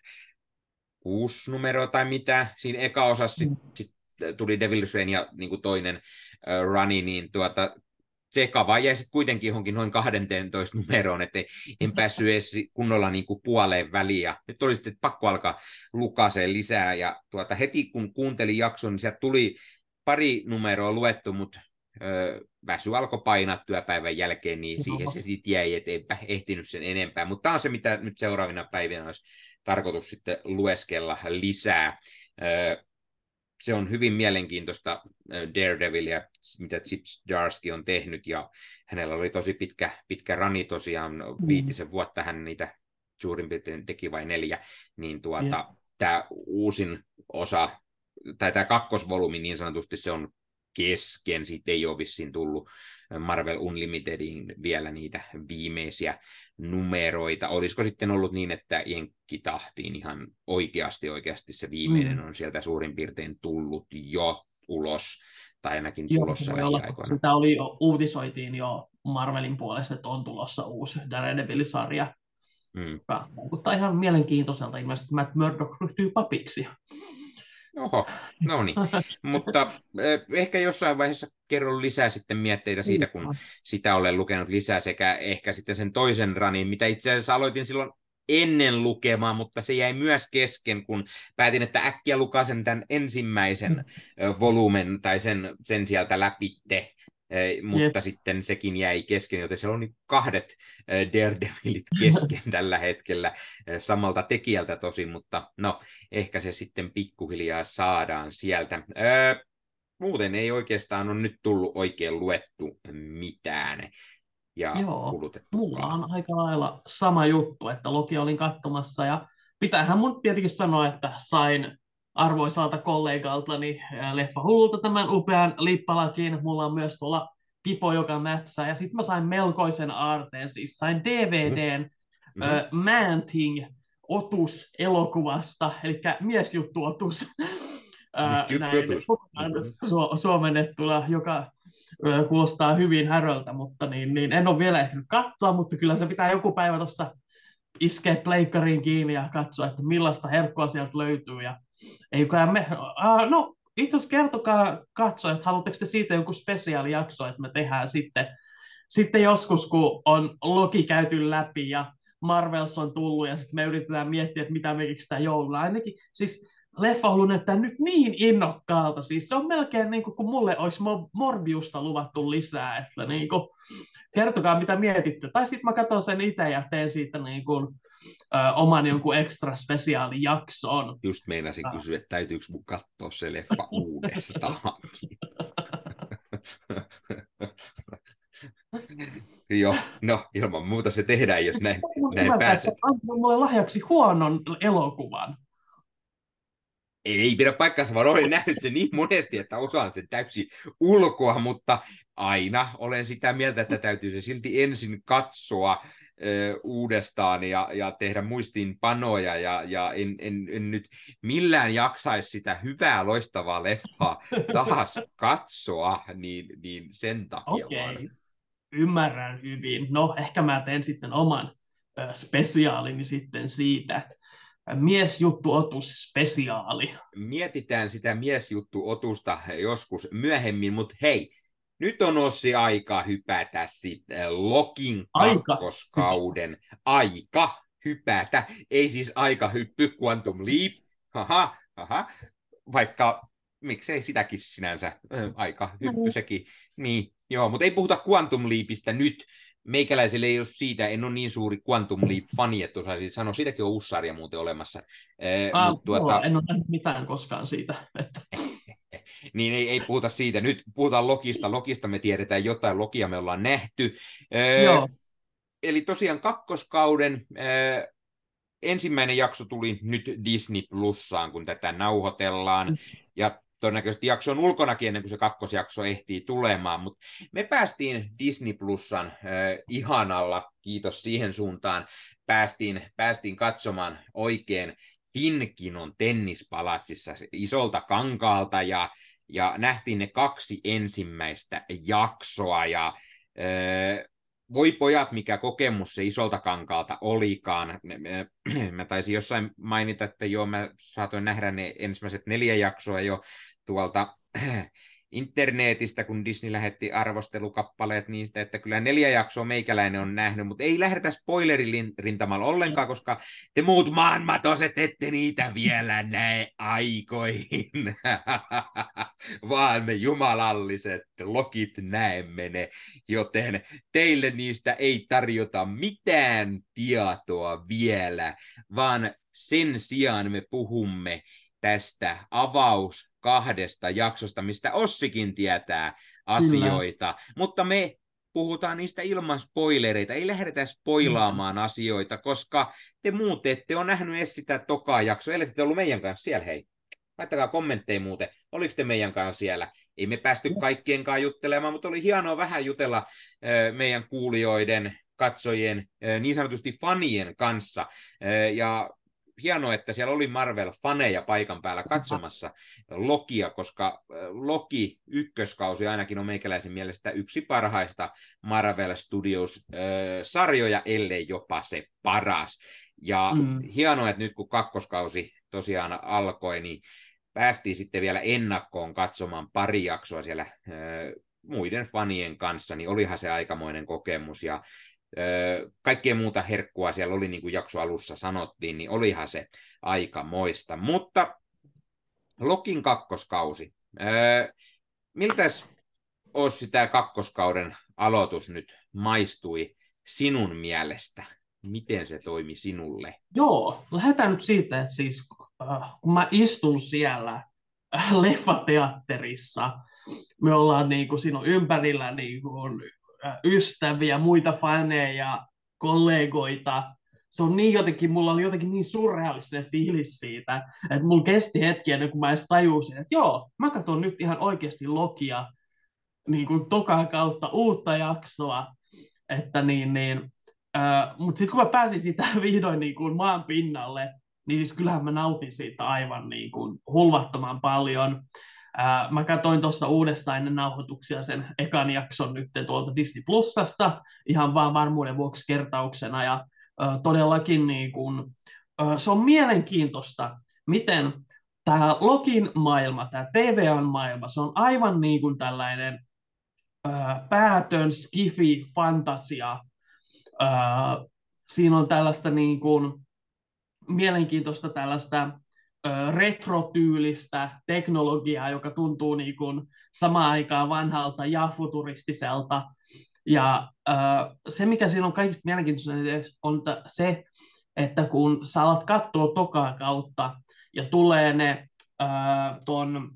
36 numeroa tai mitä, siinä eka osassa sit tuli Devil's Reign ja niin kuin toinen runi, niin sekava jäi sitten kuitenkin johonkin noin 12 numeroon, että en päässyt edes kunnolla niin kuin puoleen väliin, ja nyt oli sitten pakko alkaa lukaseen lisää, ja heti kun kuuntelin jakson, niin sieltä tuli pari numeroa luettu, mutta väsy alkoi painaa työpäivän jälkeen, niin siihen se sitten jäi, että eipä ehtinyt sen enempää, mutta tämä on se, mitä nyt seuraavina päivinä olisi tarkoitus sitten lueskella lisää. Se on hyvin mielenkiintoista Daredevilia, mitä Chip Zdarsky on tehnyt, ja hänellä oli tosi pitkä rani tosiaan, 5 vuotta hän niitä suurin piirtein teki vai 4, niin tämä uusin osa, tai tämä kakkosvolyymi niin sanotusti, se on kesken, siitä ei ole vissiin tullut Marvel Unlimitediin vielä niitä viimeisiä numeroita. Olisiko sitten ollut niin, että jenkkitahtiin ihan oikeasti se viimeinen on sieltä suurin piirtein tullut jo ulos, tai ainakin tulossa lähiaikoina. Sitä uutisoitiin jo Marvelin puolesta, että on tulossa uusi Daredevil-sarja. Vaikuttaa ihan mielenkiintoiselta, ilmeisesti Matt Murdock ryhtyy papiksi. Oho, no niin. Mutta ehkä jossain vaiheessa kerron lisää sitten mietteitä siitä, kun sitä olen lukenut lisää, sekä ehkä sitten sen toisen ranin, mitä itse asiassa aloitin silloin ennen lukemaan, mutta se jäi myös kesken, kun päätin, että äkkiä lukasen tämän ensimmäisen volyymen tai sen sieltä läpitte. Jep. mutta sitten sekin jäi kesken, joten siellä on nyt kahdet Daredevilit kesken tällä hetkellä, samalta tekijältä tosin, mutta no, ehkä se sitten pikkuhiljaa saadaan sieltä. Muuten ei oikeastaan ole nyt tullut oikein luettu mitään ja Joo, mulla kulutettukaan. on aika lailla sama juttu, että Loki olin katsomassa ja pitäähän mun tietenkin sanoa, että sain arvoisalta kollegaltani Leffa-hullulta tämän upean lippalakin. Mulla on myös tuolla pipo, joka mätsää ja sitten mä sain melkoisen aarteen, siis sain DVDn Mm-hmm. Man-Thing otus elokuvasta, eli miesjuttuotus näin suomennettuna, joka kuulostaa hyvin häröltä, mutta en ole vielä ehtinyt katsoa, mutta kyllä se pitää joku päivä tuossa iskeä pleikkariin kiinni ja katsoa, että millaista herkkua sieltä löytyy. Ja eiköhän me, no itse asiassa kertokaa että haluatteko te siitä joku spesiaalijakso, että me tehdään sitten joskus, kun on Loki käyty läpi ja Marvels on tullut ja sitten me yritetään miettiä, että mitä me keksitään jouluna. Ainakin siis leffa näyttää nyt niin innokkaalta. Siis se on melkein niin kuin, kun mulle olisi Morbiusta luvattu lisää. Että niin kuin, kertokaa, mitä mietitte. Tai sitten mä katson sen itse ja teen siitä niin kuin, oman jonkun extra spesiaalijakson. Just meinasin kysyä, että täytyykö mun katsoa se leffa uudestaan. Joo, no ilman muuta se tehdään, jos näin päätät. Antaa mulle lahjaksi huonon elokuvan. Ei pidä paikkaansa, vaan olen nähnyt sen niin monesti, että osaan sen täysin ulkoa, mutta aina olen sitä mieltä, että täytyy se silti ensin katsoa uudestaan ja tehdä muistiinpanoja, ja en nyt millään jaksaisi sitä hyvää, loistavaa leffaa taas katsoa, niin sen takia vaan. Ymmärrän hyvin. No, ehkä mä teen sitten oman spesiaalini sitten siitä. Miesjuttuotus spesiaali. Mietitään sitä miesjuttuotusta joskus myöhemmin, mutta hei, nyt on Ossi aika hypätä sitten Lokin kakkoskauden. Aika hypätä. Ei siis aika hyppy, Quantum Leap. Haha. Vaikka miksei sitäkin sinänsä. Aika hyppy sekin. Niin, joo, mutta ei puhuta Quantum Leapistä nyt. Meikäläiselle ei ole siitä, en ole niin suuri Quantum Leap-fani, että osaisin sanoa, siitäkin on uusi sarja muuten olemassa. En ole nähnyt mitään koskaan siitä. Että. Niin ei puhuta siitä, nyt puhutaan Lokista me tiedetään jotain, Lokia me ollaan nähty. Eli tosiaan kakkoskauden ensimmäinen jakso tuli nyt Disney Plussaan, kun tätä nauhoitellaan, ja todennäköisesti jakso on ulkonakin ennen kuin se kakkosjakso ehtii tulemaan, mutta me päästiin Disney Plusan ihanalla, kiitos siihen suuntaan, päästiin katsomaan oikein Finkinon tennispalatsissa isolta kankaalta, ja nähtiin ne 2 ensimmäistä jaksoa, ja voi pojat, mikä kokemus se isolta kankaalta olikaan. Mä taisin jossain mainita, että joo, mä saatoin nähdä ne ensimmäiset 4 jaksoa jo tuolta internetistä, kun Disney lähetti arvostelukappaleet niistä, että kyllä 4 jaksoa meikäläinen on nähnyt, mutta ei lähdetä spoileririntamalla ollenkaan, koska te muut maanmatoset ette niitä vielä näe aikoihin, vaan me jumalalliset Lokit näemme ne, joten teille niistä ei tarjota mitään tietoa vielä, vaan sen sijaan me puhumme tästä avaus 2 jaksosta, mistä Ossikin tietää asioita, mutta me puhutaan niistä ilman spoilereita, ei lähdetä spoilaamaan asioita, koska te muut ette ole nähnyt edes sitä tokaa jaksoa, ellei te ollut meidän kanssa siellä, hei. Laittakaa kommentteja muuten, oliko te meidän kanssa siellä? Ei me päästy kaikkienkaan juttelemaan, mutta oli hienoa vähän jutella meidän kuulijoiden, katsojien, niin sanotusti fanien kanssa, ja hienoa, että siellä oli Marvel-faneja paikan päällä katsomassa Lokia, koska Loki ykköskausi ainakin on meikäläisen mielestä yksi parhaista Marvel Studios-sarjoja, ellei jopa se paras. Ja hienoa, että nyt kun kakkoskausi tosiaan alkoi, niin päästiin sitten vielä ennakkoon katsomaan 2 jaksoa siellä muiden fanien kanssa, niin olihan se aikamoinen kokemus, ja kaikkea muuta herkkua siellä oli, niin kuin jakso alussa sanottiin, niin olihan se aikamoista. Mutta Lokin kakkoskausi. Miltäs Ossi, tämä kakkoskauden aloitus nyt maistui sinun mielestä? Miten se toimi sinulle? Joo, lähdetään nyt siitä, että siis kun mä istun siellä leffateatterissa, me ollaan niinku, siinä on ympärillä niinku, ystäviä, muita faneja, kollegoita. Se on niin jotenkin, mulla oli jotenkin niin surrealistinen fiilis siitä, että mulla kesti hetki ennen kuin mä edes tajusin, että joo, mä katson nyt ihan oikeasti Lokia, niin kuin tokaa kautta uutta jaksoa, että mutta sitten kun mä pääsin sitä vihdoin niin kuin maan pinnalle, niin siis kyllähän mä nautin siitä aivan niin kuin hulvattoman paljon. Mä katsoin tuossa uudestaan ennen nauhoituksia sen ekan jakson nyt tuolta Disney Plusasta, ihan vaan varmuuden vuoksi kertauksena, ja todellakin niin kuin, se on mielenkiintoista, miten tämä Lokin maailma, tämä TVAn maailma, se on aivan niin kuin tällainen päätön skifi fantasia. Siinä on tällaista niin kuin mielenkiintoista tällaista retrotyylistä teknologiaa, joka tuntuu niin kuin samaan aikaan vanhalta ja futuristiselta. Ja se, mikä siinä on kaikista mielenkiintoista, on se, että kun sä alat katsoa tokaa kautta ja tulee ne ton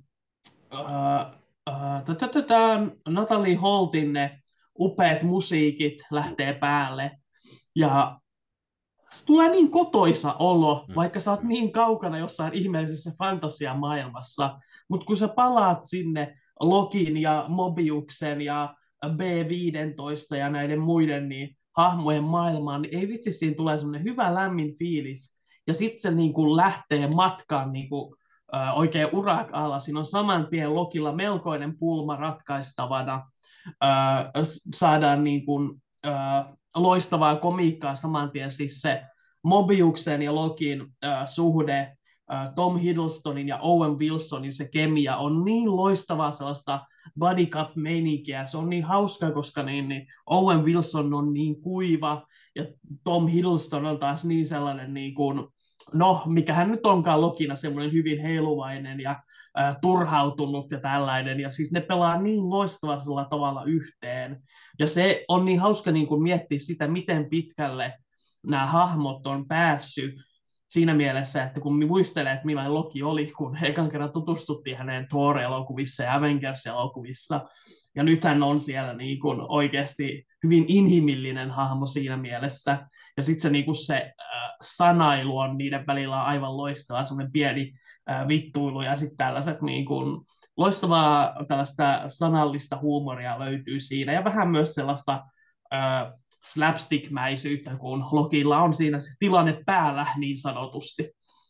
Natalie Holtin ne upeat musiikit lähtee päälle. Ja se tulee niin kotoisa olo, vaikka sä oot niin kaukana jossain ihmeellisessä fantasiamaailmassa. Mutta kun sä palaat sinne Lokin ja Mobiuksen ja B15 ja näiden muiden niin hahmojen maailmaan, niin ei vitsi, siinä tulee semmoinen hyvä lämmin fiilis. Ja sitten se niin kuin lähtee matkaan niin kuin, oikein urak-alla. Siinä on saman tien Lokilla melkoinen pulma ratkaistavana. Saadaan niin kuin, loistavaa komiikkaa saman tien, siis se Mobiuksen ja Lokin suhde, Tom Hiddlestonin ja Owen Wilsonin se kemia on niin loistavaa sellaista buddy cup meininkiä, se on niin hauska, koska niin Owen Wilson on niin kuiva ja Tom Hiddleston on taas niin sellainen niin kuin, no, mikä hän nyt onkaan Lokina, semmoinen hyvin heiluvainen ja turhautunut ja tällainen, ja siis ne pelaa niin loistavalla tavalla yhteen, ja se on niin hauska niin kuin miettiä sitä, miten pitkälle nämä hahmot on päässyt siinä mielessä, että kun muistelee, että millainen Loki oli, kun ekan kerran tutustuttiin häneen Thor-elokuvissa ja Avengers-elokuvissa, ja nyt hän on siellä niin kuin oikeasti hyvin inhimillinen hahmo siinä mielessä, ja sitten se, niin kuin se sanailu on niiden välillä aivan loistava, semmoinen pieni vittuilu, ja sitten tällaiset niin kuin, loistavaa tällaista sanallista huumoria löytyy siinä, ja vähän myös sellaista slapstick-mäisyyttä, kun Lokilla on siinä se tilanne päällä niin sanotusti.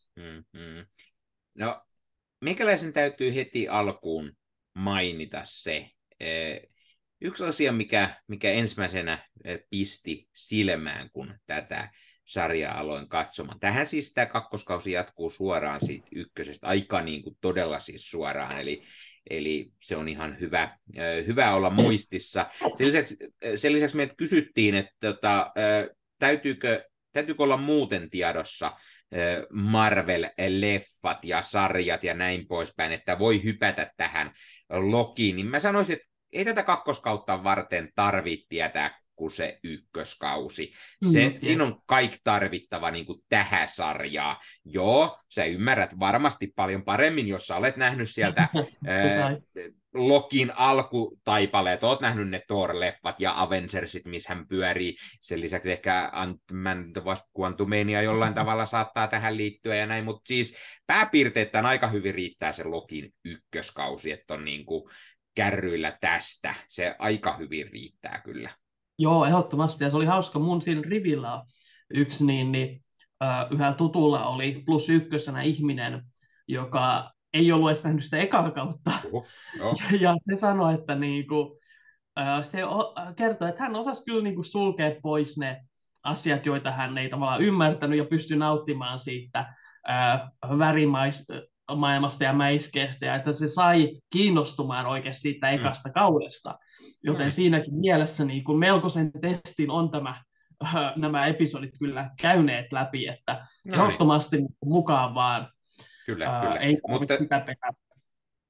No, minkälaisen täytyy heti alkuun mainita se? Yksi asia, mikä ensimmäisenä pisti silmään, kun tätä sarjaa aloin katsomaan. Tähän siis tämä kakkoskausi jatkuu suoraan siitä ykkösestä, aika niin kuin todella siis suoraan, eli se on ihan hyvä olla muistissa. Sen lisäksi meiltä kysyttiin, että täytyykö olla muuten tiedossa Marvel-leffat ja sarjat ja näin poispäin, että voi hypätä tähän Lokiin, niin mä sanoisin, että ei tätä kakkoskautta varten tarvitse tietää kuin se ykköskausi. Siinä on kaikki tarvittava niin kuin tähän sarjaan. Joo, sä ymmärrät varmasti paljon paremmin, jos sä olet nähnyt sieltä Lokin alkutaipaleet, oot nähnyt ne Thor-leffat ja Avengersit, missä hän pyörii. Sen lisäksi ehkä Ant-Man the Wasp: Quantumania jollain tavalla saattaa tähän liittyä ja näin, mutta siis pääpiirteetään aika hyvin riittää se Lokin ykköskausi, että on niin kuin kärryillä tästä. Se aika hyvin riittää kyllä. Joo, ehdottomasti. Ja se oli hauska. Mun siinä rivillä yksi yhdellä tutulla oli +1 ihminen, joka ei ollut edes nähnyt sitä ekaa kautta. Ja se sanoi, että se kertoi, että hän osasi kyllä sulkea pois ne asiat, joita hän ei tavallaan ymmärtänyt, ja pystyi nauttimaan siitä värimaailmasta ja mäiskeestä, ja että se sai kiinnostumaan oikeasti siitä ekasta kaudesta. Joten siinäkin mielessä melkoisen testin on nämä episodit kyllä käyneet läpi, että ehdottomasti mukaan vaan. Kyllä. Ei tarvitse sitä pelätä.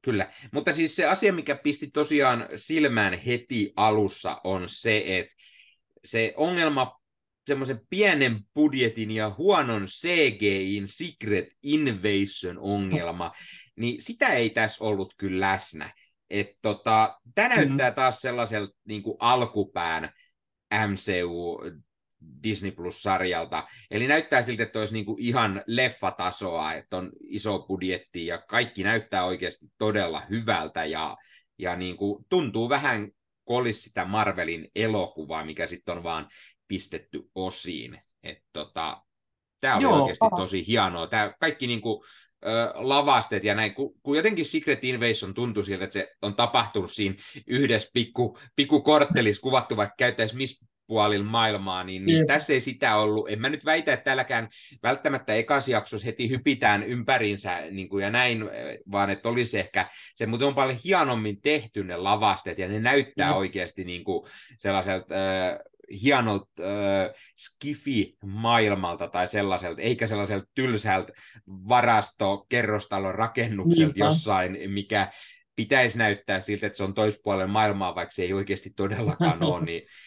Kyllä, mutta siis se asia, mikä pisti tosiaan silmään heti alussa, on se, että se ongelma semmoisen pienen budjetin ja huonon CGIn Secret Invasion ongelma, niin sitä ei tässä ollut kyllä läsnä. Tämä näyttää taas sellaiselta niin kuin alkupään MCU Disney Plus-sarjalta. Eli näyttää siltä, että olisi niin kuin ihan leffatasoa, että on iso budjetti ja kaikki näyttää oikeasti todella hyvältä ja niin kuin tuntuu vähän olisi sitä Marvelin elokuvaa, mikä sitten on vaan pistetty osiin. Tämä oli Joo, oikeasti tosi hienoa. Tämä kaikki niin kuin, lavasteet ja näin, kun jotenkin Secret Invasion tuntui siltä, että se on tapahtunut siinä yhdessä pikku korttelissa kuvattu, vaikka käyttäisi missä puolilla maailmaa, niin tässä ei sitä ollut. En mä nyt väitä, että täälläkään välttämättä ekassa jaksossa heti hypitään ympäriinsä niin kuin ja näin, vaan että olisi ehkä se, mutta on paljon hienommin tehty ne lavasteet ja ne näyttää oikeasti niin kuin sellaiselta hienolta skifi-maailmalta tai sellaiselta, eikä sellaiselta tylsältä varasto-kerrostalon rakennukselta jossain, mikä pitäisi näyttää siltä, että se on toispuolen maailmaa, vaikka se ei oikeasti todellakaan ole,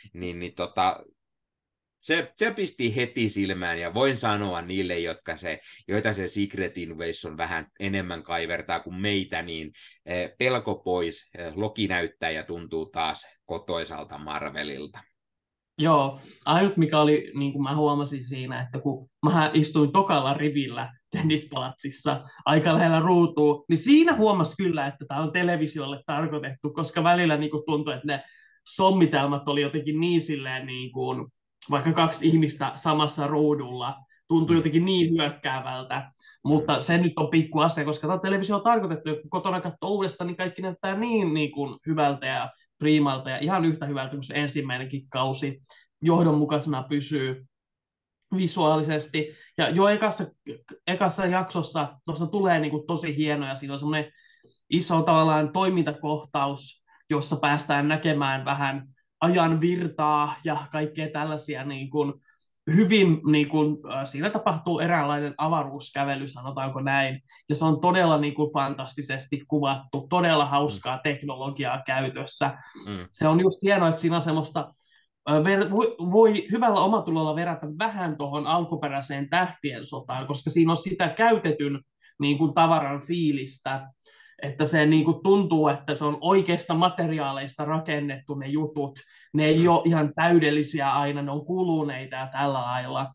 se pisti heti silmään, ja voin sanoa niille, joita se Secret Invasion vähän enemmän kaivertaa kuin meitä, niin pelko pois, Loki näyttää ja tuntuu taas kotoisalta Marvelilta. Joo, ainut mikä oli, niin kuin mä huomasin siinä, että kun mä istuin tokalla rivillä tennispalatsissa aika lähellä ruutua, niin siinä huomasi kyllä, että tämä on televisiolle tarkoitettu, koska välillä niin kuin tuntui, että ne sommitelmat oli jotenkin niin silleen, niin kuin, vaikka kaksi ihmistä samassa ruudulla, tuntui jotenkin niin hyökkäävältä, mutta se nyt on pikku asia, koska tämä televisio on tarkoitettu, että kun kotona katsoo uudestaan, niin kaikki näyttää niin kuin hyvältä ja priimalta ja ihan yhtä hyvältä kuin se ensimmäinenkin kausi johdonmukaisena pysyy visuaalisesti. Ja jo ekassa jaksossa tuossa tulee niin kuin tosi hienoja, siinä on semmoinen iso tavallaan toimintakohtaus, jossa päästään näkemään vähän ajan virtaa ja kaikkea tällaisia niin kuin hyvin, niin kuin, siinä tapahtuu eräänlainen avaruuskävely, sanotaanko näin, ja se on todella niin kuin, fantastisesti kuvattu, todella hauskaa teknologiaa käytössä. Se on just hienoa, että siinä on semmoista, voi hyvällä omatulolla verrata vähän tuohon alkuperäiseen Tähtien sotaan, koska siinä on sitä käytetyn niin kuin, tavaran fiilistä, että se niin kuin tuntuu, että se on oikeista materiaaleista rakennettu ne jutut. Ne ei ole ihan täydellisiä aina, ne on kuluneita ja tällä lailla.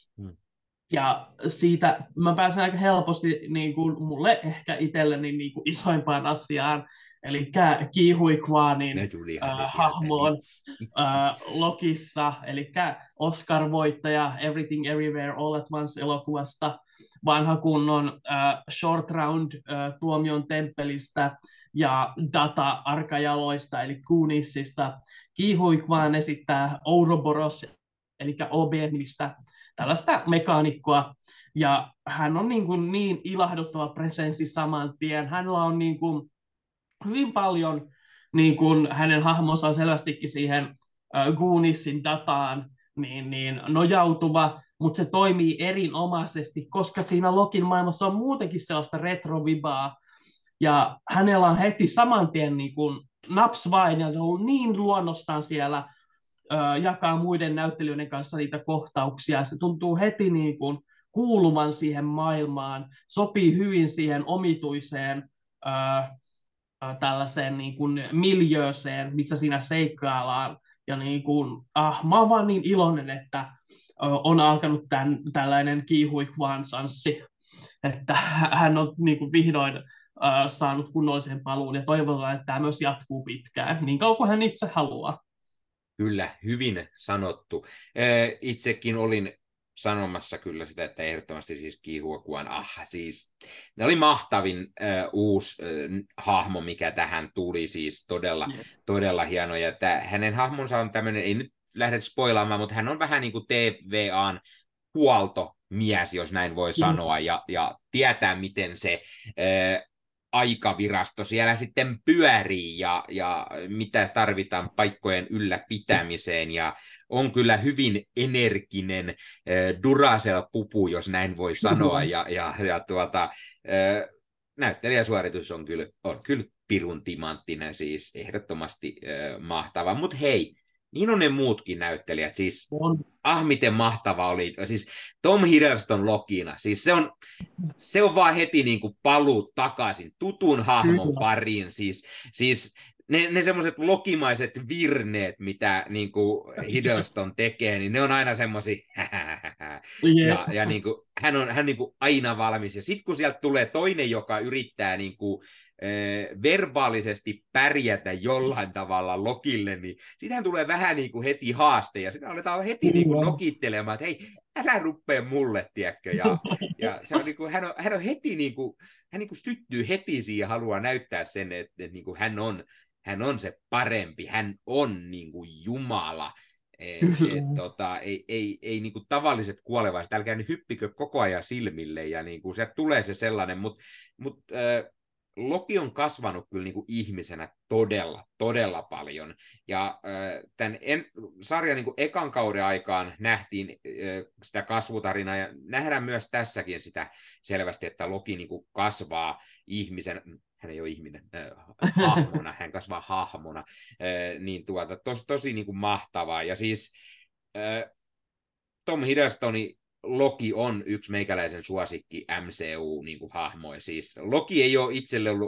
Ja siitä mä pääsen aika helposti niin kuin mulle ehkä itselleni niin kuin isoimpaan asiaan, eli Ke-Huy Kwanin hahmoon Lokissa, eli Oscar-voittaja Everything Everywhere All at Once -elokuvasta, vanha kunnon Short Round Tuomion temppelistä ja Data Arkajaloista, eli Gooniesista. Ke-Huy Kwan esittää Ouroboros, eli Obenista, tällaista mekaanikkoa, ja hän on niin ilahduttava presenssi saman tien. Hänellä on niin kuin hyvin paljon, niin kuin hänen hahmonsa on selvästikin siihen Gooniesin dataan niin nojautuva, mutta se toimii erinomaisesti, koska siinä Lokin maailmassa on muutenkin sellaista retrovibaa, ja hänellä on heti saman tien niin kuin naps vain, ja on ollut niin luonnostaan siellä jakaa muiden näyttelijöiden kanssa niitä kohtauksia. Se tuntuu heti niin kuin kuuluvan siihen maailmaan, sopii hyvin siihen omituiseen tällaiseen niin kuin miljööseen, missä siinä seikkaillaan. Ja niin kuin, mä oon vaan niin iloinen, että on alkanut tällainen Ke-Huy Kwan-sanssi, että hän on niin kuin vihdoin saanut kunnollisen paluun, ja toivotaan, että tämä myös jatkuu pitkään, niin kauan kuin hän itse haluaa. Kyllä, hyvin sanottu. Itsekin olin sanomassa kyllä sitä, että ehdottomasti siis Ke-Huy Kwan, siis ne oli mahtavin uusi hahmo, mikä tähän tuli, siis todella hieno, ja hänen hahmonsa on tämmöinen, ei nyt lähde spoilaamaan, mutta hän on vähän niin kuin TVAn huoltomies, jos näin voi sanoa, ja tietää, miten se aikavirasto siellä sitten pyörii ja mitä tarvitaan paikkojen ylläpitämiseen, ja on kyllä hyvin energinen Duracell-pupu, jos näin voi sanoa, ja näyttelijäsuoritus on kyllä pirun timanttinen, siis ehdottomasti mahtava. Mutta hei, niin on ne muutkin näyttelijät, siis On. miten mahtava oli, siis Tom Hiddleston Lokina, siis se on vaan heti niin kuin paluu takaisin tutun hahmon Kyllä. pariin, siis ne semmoiset lokimaiset virneet, mitä niin kuin Hiddleston tekee, niin ne on aina semmoisia Jep. ja niin kuin, hän niin kuin aina valmis. Ja sitten kun sieltä tulee toinen, joka yrittää niin kuin, verbaalisesti pärjätä jollain tavalla Lokille, niin sitähän tulee vähän niin kuin heti haaste, ja sitä aletaan heti niin kuin Kyllä. nokittelemaan, että hei, älä ruppea mulle, tiedätkö, ja se on, niin kuin, hän on heti niin kuin, hän niin kuin syttyy heti siihen ja haluaa näyttää sen, että niin kuin hän on se parempi, hän on niin kuin Jumala. Kyllä. Ei niin kuin tavalliset kuolevaiset, älkää nyt hyppikö koko ajan silmille, ja niin kuin, se tulee se sellainen, mutta Loki on kasvanut kyllä niin kuin ihmisenä todella, todella paljon. Ja tämän sarjan niin kuin ekan kauden aikaan nähtiin sitä kasvutarinaa, ja nähdään myös tässäkin sitä selvästi, että Loki niin kuin kasvaa ihmisen, hän ei ole ihminen, hahmona, hän kasvaa hahmona, niin tosi niin kuin mahtavaa. Ja siis Tom Hiddlestoni Loki on yksi meikäläisen suosikki MCU-hahmoja. Niin siis Loki ei ole itselle ollut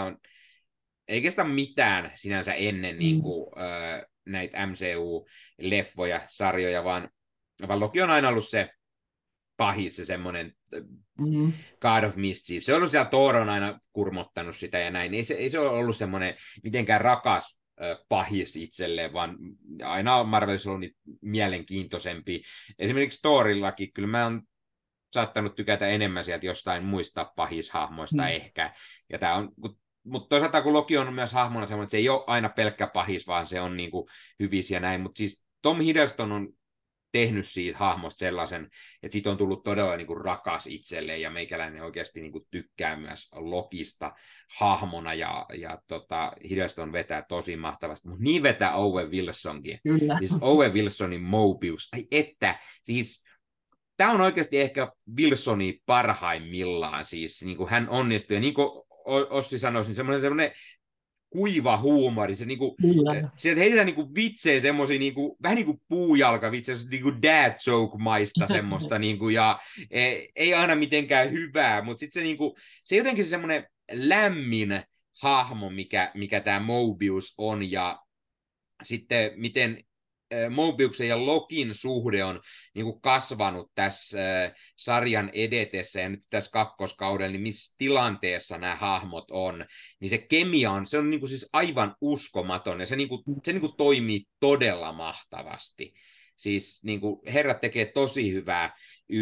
oikeastaan mitään sinänsä ennen niin kuin, näitä MCU-leffoja, sarjoja, vaan Loki on aina ollut se pahis, se semmoinen Mm. God of Mischief. Se on ollut siellä, Thor on aina kurmottanut sitä ja näin. Ei se ole ollut semmoinen mitenkään rakas pahis itselleen, vaan aina Marvelissa on niitä mielenkiintoisempi. Esimerkiksi Thorillakin, kyllä mä oon saattanut tykätä enemmän sieltä jostain muista pahishahmoista Mm. ehkä. Ja tää on, mutta toisaalta kun Loki on myös hahmona semmoinen, että se ei ole aina pelkkä pahis, vaan se on niinku hyvis ja näin. Mutta siis Tom Hiddleston on tehnyt siitä hahmosta sellaisen, että siitä on tullut todella niin kuin rakas itselleen, ja meikäläinen oikeasti niin kuin tykkää myös Lokista hahmona, ja Hiddleston vetää tosi mahtavasti, mutta niin vetää Owen Wilsonkin. Kyllä. Siis Owen Wilsonin Mobius, ai että, siis tämä on oikeasti ehkä Wilsoni parhaimmillaan, siis niin kuin hän onnistuu, ja niin kuin Ossi sanoi, niin semmoinen kuiva huumori. Se niinku, Kyllä. sieltä heitetään niinku vitsejä semmoisia niinku, vähän niin kuin puujalkavitsejä, niinku dad joke-maista semmoista, niinku, ja ei aina mitenkään hyvää, mutta sitten se, niinku, se jotenkin se semmoinen lämmin hahmo, mikä tämä Mobius on, ja sitten miten Mobiuksen ja Lokin suhde on niin kuin kasvanut tässä sarjan edetessä ja nyt tässä kakkoskaudella, niin missä tilanteessa nämä hahmot on, niin se kemia on, se on niin kuin siis aivan uskomaton ja se, se niin kuin toimii todella mahtavasti. Siis niin kuin herrat tekee tosi hyvää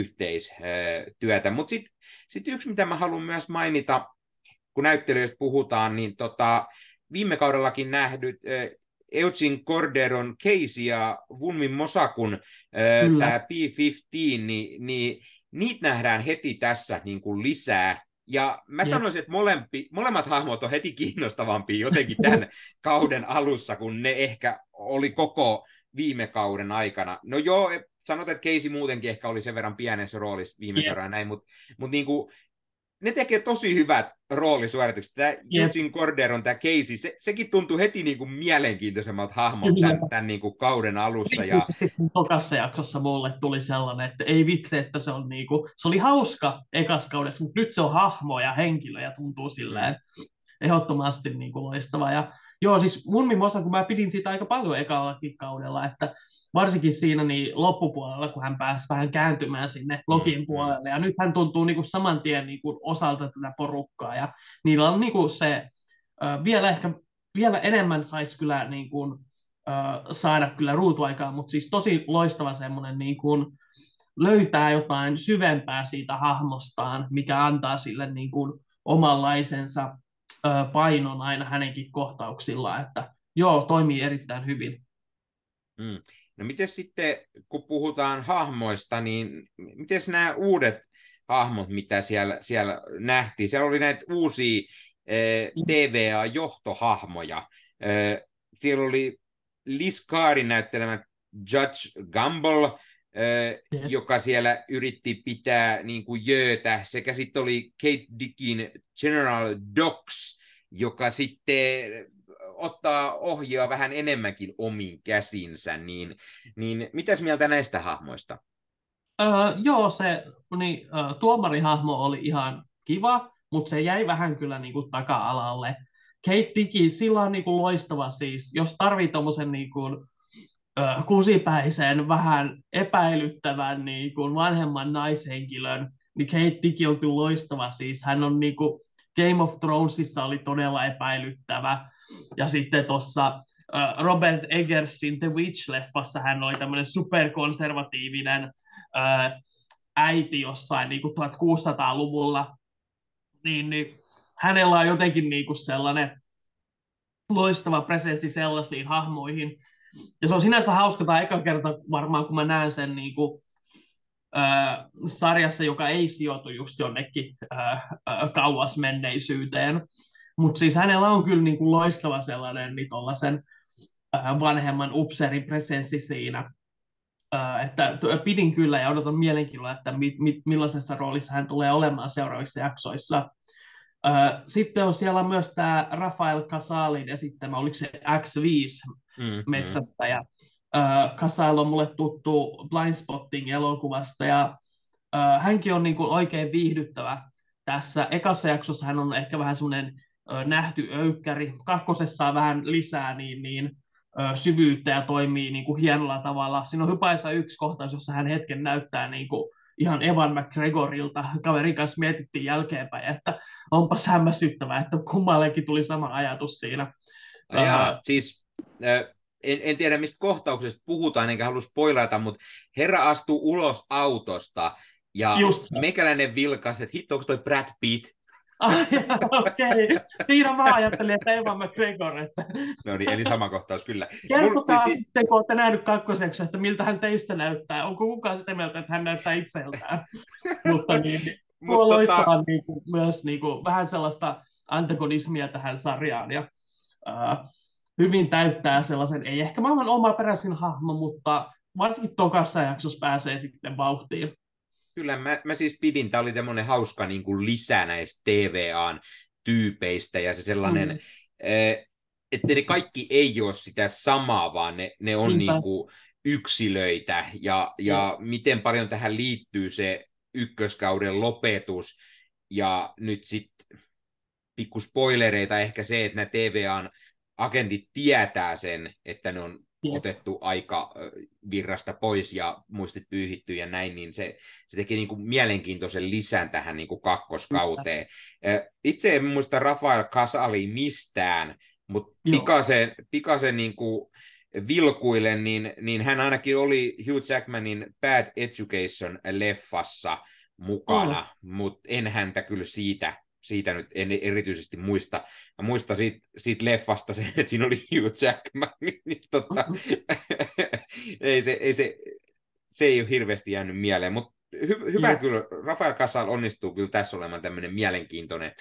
yhteistyötä. Mutta sitten yksi, mitä mä haluan myös mainita, kun näyttelijöistä puhutaan, niin viime kaudellakin nähdyt Eugene Corderon Casey ja Wunmi Mosakun tämä P-15, niin niitä nähdään heti tässä niin kuin lisää. Ja mä Jep. sanoisin, että molemmat hahmot on heti kiinnostavampia jotenkin tämän kauden alussa, kun ne ehkä oli koko viime kauden aikana. No joo, sanot, että Casey muutenkin ehkä oli sen verran pienessä roolissa viime kaudella näin, mutta niin kuin, ne tekee tosi hyvät roolisuoritukset. Tämä Eugene Corderon, tämä Casey, sekin tuntuu heti niin kuin mielenkiintoisemmalta hahmolta tämän niin kuin kauden alussa. Ja Sen tokassa jaksossa mulle tuli sellainen, että ei vitsi, että se on niinku, se oli hauska ekas kaudessa, mutta nyt se on hahmo ja henkilö ja tuntuu silleen ehdottomasti niinku loistava. Ja joo, siis mun Mosa, kun mä pidin siitä aika paljon ekallakin kaudella, että varsinkin siinä niin loppupuolella, kun hän pääsi vähän kääntymään sinne Lokin puolelle, ja nyt hän tuntuu niinku saman tien niinku osalta tätä porukkaa, ja niillä on niinku se, vielä enemmän saisi kyllä niinku, saada kyllä ruutuaikaa, mutta siis tosi loistava semmoinen niinku, löytää jotain syvempää siitä hahmostaan, mikä antaa sille niinku, omanlaisensa painon aina hänenkin kohtauksillaan, että joo, toimii erittäin hyvin. No miten sitten, kun puhutaan hahmoista, niin miten nämä uudet hahmot, mitä siellä nähtiin? Siellä oli näitä uusia TVA-johtohahmoja. Siellä oli Liz Carin näyttelemä Judge Gumbel, joka siellä yritti pitää niin kuin jöötä, sekä sitten oli Kate Dickin General Docs, joka sitten ottaa ohjaa vähän enemmänkin omiin käsinsä, niin mitäs mieltä näistä hahmoista? Joo, se tuomarihahmo oli ihan kiva, mutta se jäi vähän kyllä niin kuin taka-alalle. Kate Dickie, sillä on niin kuin loistava siis, jos tarvii tommosen niin kuin, kusipäisen, vähän epäilyttävän niin kuin vanhemman naishenkilön, niin Kate Dickie on kyllä loistava siis. Hän on niin kuin Game of Thronesissa oli todella epäilyttävä, ja sitten tuossa Robert Eggersin The Witch-leffassa hän oli tämmöinen superkonservatiivinen äiti jossain niin kuin 1600-luvulla, niin hänellä on jotenkin niin kuin sellainen loistava presenssi sellaisiin hahmoihin. Ja se on sinänsä hauska, tai eka kerta varmaan, kun mä näen sen niin kuin, sarjassa, joka ei sijoitu just jonnekin kauas menneisyyteen. Mutta siis hänellä on kyllä niin kuin loistava sellainen niin tollasen, vanhemman upseerin presenssi siinä. Että pidin kyllä ja odotan mielenkiinnolla, että millaisessa roolissa hän tulee olemaan seuraavissa jaksoissa. Sitten on siellä myös tämä Rafael Casalin esittämä, oliko se X5-metsästäjä. Casal on mulle tuttu Blindspotting-elokuvasta, ja hänkin on niinku oikein viihdyttävä. Tässä ekassa jaksossa hän on ehkä vähän semmoinen nähty öykkäri. Kakkosessa on vähän lisää syvyyttä ja toimii niin kuin hienolla tavalla. Siinä on hypäisä yksi kohtaus, jossa hän hetken näyttää niin kuin ihan Evan McGregorilta. Kaverin kanssa mietittiin jälkeenpäin, että onpas hämmästyttävää, että kummallekin tuli sama ajatus siinä. Siis en tiedä, mistä kohtauksesta puhutaan, enkä halua spoilata, mutta herra astuu ulos autosta, ja meikäläinen vilkas, että hitto, onko toi Brad Pitt? Okei. Siinä mä ajattelin, että Evan McGregor. Että... No niin, eli sama kohtaus, kyllä. Kertokaa sitten, kun olette nähnyt kakkoseksi, että miltä hän teistä näyttää. Onko kukaan sitä mieltä, että hän näyttää itseltään? Mutta tuo loistaa myös vähän sellaista antagonismia tähän sarjaan. Ja, hyvin täyttää sellaisen, ei ehkä maailman omaperäisin hahmo, mutta varsinkin tokassa jaksossa pääsee sitten vauhtiin. Kyllä, mä siis pidin, tämä oli tämmöinen hauska niin kuin lisä näistä TVAn tyypeistä, ja se sellainen, että ne kaikki ei ole sitä samaa, vaan ne on niin kuin yksilöitä, ja miten paljon tähän liittyy se ykköskauden lopetus, ja nyt sitten pikku spoilereita ehkä se, että nämä TVAn agentit tietää sen, että ne on otettu aika virrasta pois ja muistit pyyhitty ja näin, niin se teki niin kuin mielenkiintoisen lisän tähän niin kuin kakkoskauteen. Itse en muista Rafael Casalia mistään, mutta pikaisen niin kuin vilkuilen, niin hän ainakin oli Hugh Jackmanin Bad Education-leffassa mukana, mutta en häntä kyllä siitä nyt en erityisesti muista. Mä muistan siitä leffasta sen, että siinä oli Hugh Jackman, niin se ei ole hirveästi jäänyt mieleen, mutta hyvä kyllä, Rafael Casal onnistuu kyllä tässä olemaan tämmöinen mielenkiintoinen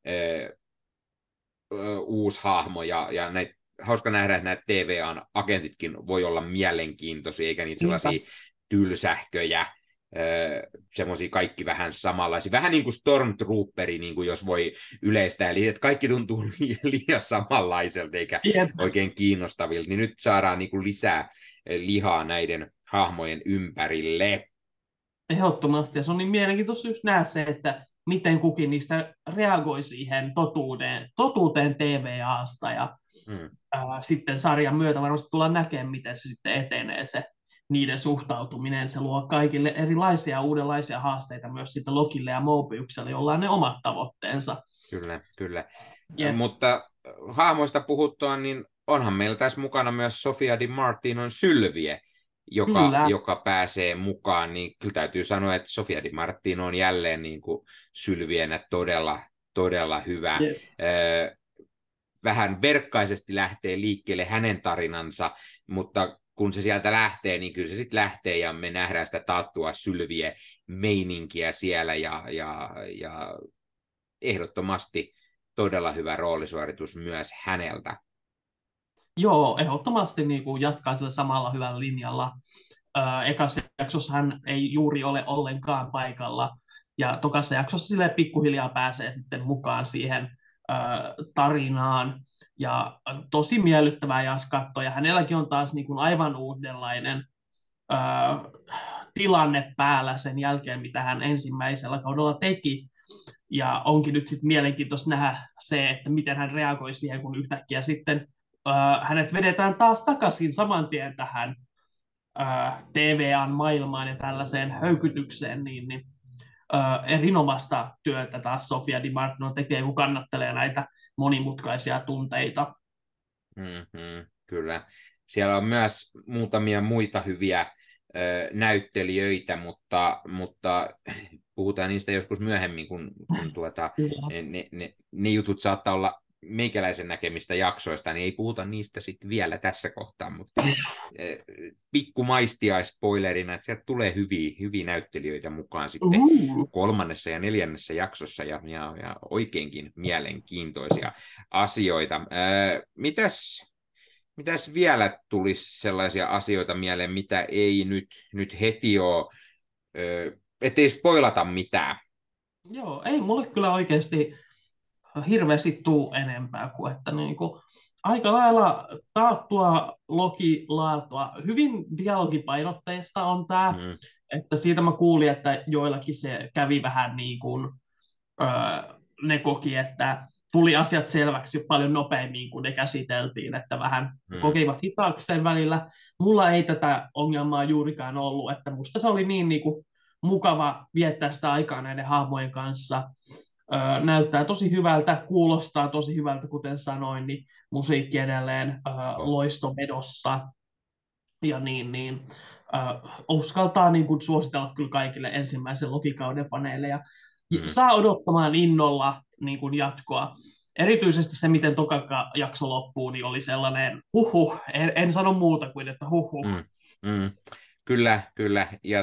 uusi hahmo, ja näitä, hauska nähdä, että näitä TVAn agentitkin voi olla mielenkiintoisia, eikä niitä sellaisia tylsähköjä, semmoisia kaikki vähän samanlaisia, vähän niin kuin Stormtrooperi, niin kuin jos voi yleistää, eli että kaikki tuntuu liian samanlaiselta eikä oikein kiinnostavilta, niin nyt saadaan niin kuin lisää lihaa näiden hahmojen ympärille. Ehdottomasti, ja se on niin mielenkiintoista just nähdä se, että miten kukin niistä reagoi siihen totuuteen TVAsta, ja sitten sarjan myötä varmasti tullaan näkemään, miten se sitten etenee se niiden suhtautuminen. Se luo kaikille erilaisia uudenlaisia haasteita myös sitten Lokille ja Mobiukselle, jolla on ne omat tavoitteensa. Kyllä. Mutta hahmoista puhuttuaan, niin onhan meillä tässä mukana myös Sofia Di Martinon Sylvie, joka pääsee mukaan, niin kyllä täytyy sanoa, että Sofia Di Martino on jälleen niin kuin Sylvienä todella hyvä. Vähän verkkaisesti lähtee liikkeelle hänen tarinansa, mutta kun se sieltä lähtee, niin kyllä se sitten lähtee, ja me nähdään sitä taattua Sylvie-meininkiä siellä, ja ehdottomasti todella hyvä roolisuoritus myös häneltä. Joo, ehdottomasti niin kuin jatkaa sillä samalla hyvällä linjalla. Ekassa jaksossa hän ei juuri ole ollenkaan paikalla, ja tokassa jaksossa sille pikkuhiljaa pääsee sitten mukaan siihen tarinaan, ja tosi miellyttävää Jas katsoa, ja hänelläkin on taas niin kuin aivan uudenlainen tilanne päällä sen jälkeen, mitä hän ensimmäisellä kaudella teki. Ja onkin nyt sitten mielenkiintoista nähdä se, että miten hän reagoi siihen, kun yhtäkkiä sitten hänet vedetään taas takaisin saman tien tähän TVAn maailmaan ja tällaiseen höykytykseen, niin erinomaista työtä taas Sofia Di Martino tekee, kun kannattelee näitä monimutkaisia tunteita. Kyllä. Siellä on myös muutamia muita hyviä näyttelijöitä, mutta puhutaan niistä joskus myöhemmin, kun ne jutut saattaa olla meikäläisen näkemistä jaksoista, niin ei puhuta niistä sitten vielä tässä kohtaa, mutta pikku maistiaispoilerina, että sieltä tulee hyviä näyttelijöitä mukaan sitten 3. ja 4. jaksossa ja oikeinkin mielenkiintoisia asioita. Mitäs vielä tulisi sellaisia asioita mieleen, mitä ei nyt heti ole, ettei spoilata mitään? Joo, ei mulle kyllä oikeasti hirveästi tuu enempää kuin, että niinku, aika lailla taattua Loki-laatua. Hyvin dialogipainotteista on tämä, että siitä mä kuulin, että joillakin se kävi vähän niin kuin ne koki, että tuli asiat selväksi paljon nopeammin, kun ne käsiteltiin, että vähän kokivat hitaakseen välillä. Mulla ei tätä ongelmaa juurikaan ollut, että musta se oli niin kuin mukava viettää sitä aikaa näiden hahmojen kanssa. Näyttää tosi hyvältä, kuulostaa tosi hyvältä, kuten sanoin, niin musiikki edelleen loistovedossa. Ja uskaltaa niin kuin suositella kyllä kaikille ensimmäisen Loki-kauden faneille. Ja saa odottamaan innolla niin kuin jatkoa. Erityisesti se, miten toka jakso loppuu, niin oli sellainen en sano muuta kuin, että Kyllä. Ja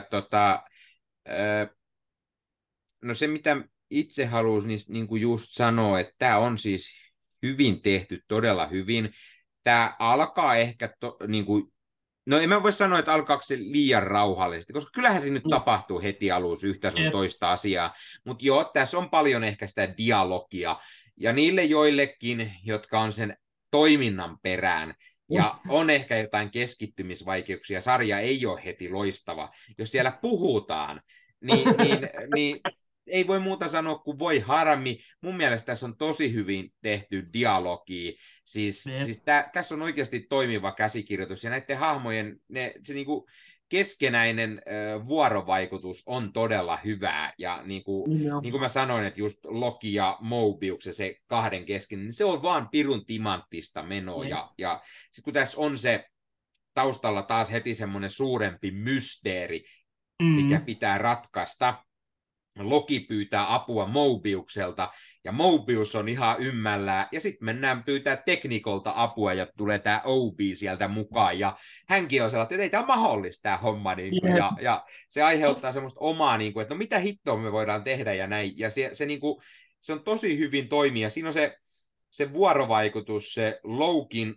no se, mitä itse haluaisin niin kuin just sanoa, että tämä on siis hyvin tehty, todella hyvin. Tämä alkaa ehkä, niin kuin, no en mä voi sanoa, että alkaako se liian rauhallisesti, koska kyllähän se nyt tapahtuu heti alussa yhtä sun toista asiaa. Mutta joo, tässä on paljon ehkä sitä dialogia. Ja niille joillekin, jotka on sen toiminnan perään, ja on ehkä jotain keskittymisvaikeuksia, sarja ei ole heti loistava. Jos siellä puhutaan, niin ei voi muuta sanoa kuin voi harmi. Mun mielestä tässä on tosi hyvin tehty dialogia. Siis tässä on oikeasti toimiva käsikirjoitus, ja näiden hahmojen se niinku keskenäinen vuorovaikutus on todella hyvää. Ja niin kuin mä sanoin, että just Loki ja Mobius, se kahden kesken, niin se on vaan pirun timanttista menoa. Ja sitten kun tässä on se taustalla taas heti semmoinen suurempi mysteeri, mikä pitää ratkaista. Loki pyytää apua Mobiukselta, ja Mobius on ihan ymmällään, ja sitten mennään pyytää teknikolta apua, ja tulee tämä OB sieltä mukaan, ja hänkin on sellainen, että ei tämä ole mahdollista tämä homma, niin kuin, ja se aiheuttaa semmoista omaa, niin kuin, että no mitä hittoa me voidaan tehdä, ja näin, ja se, niin kuin, se on tosi hyvin toimia, siinä on se vuorovaikutus, se Lokin,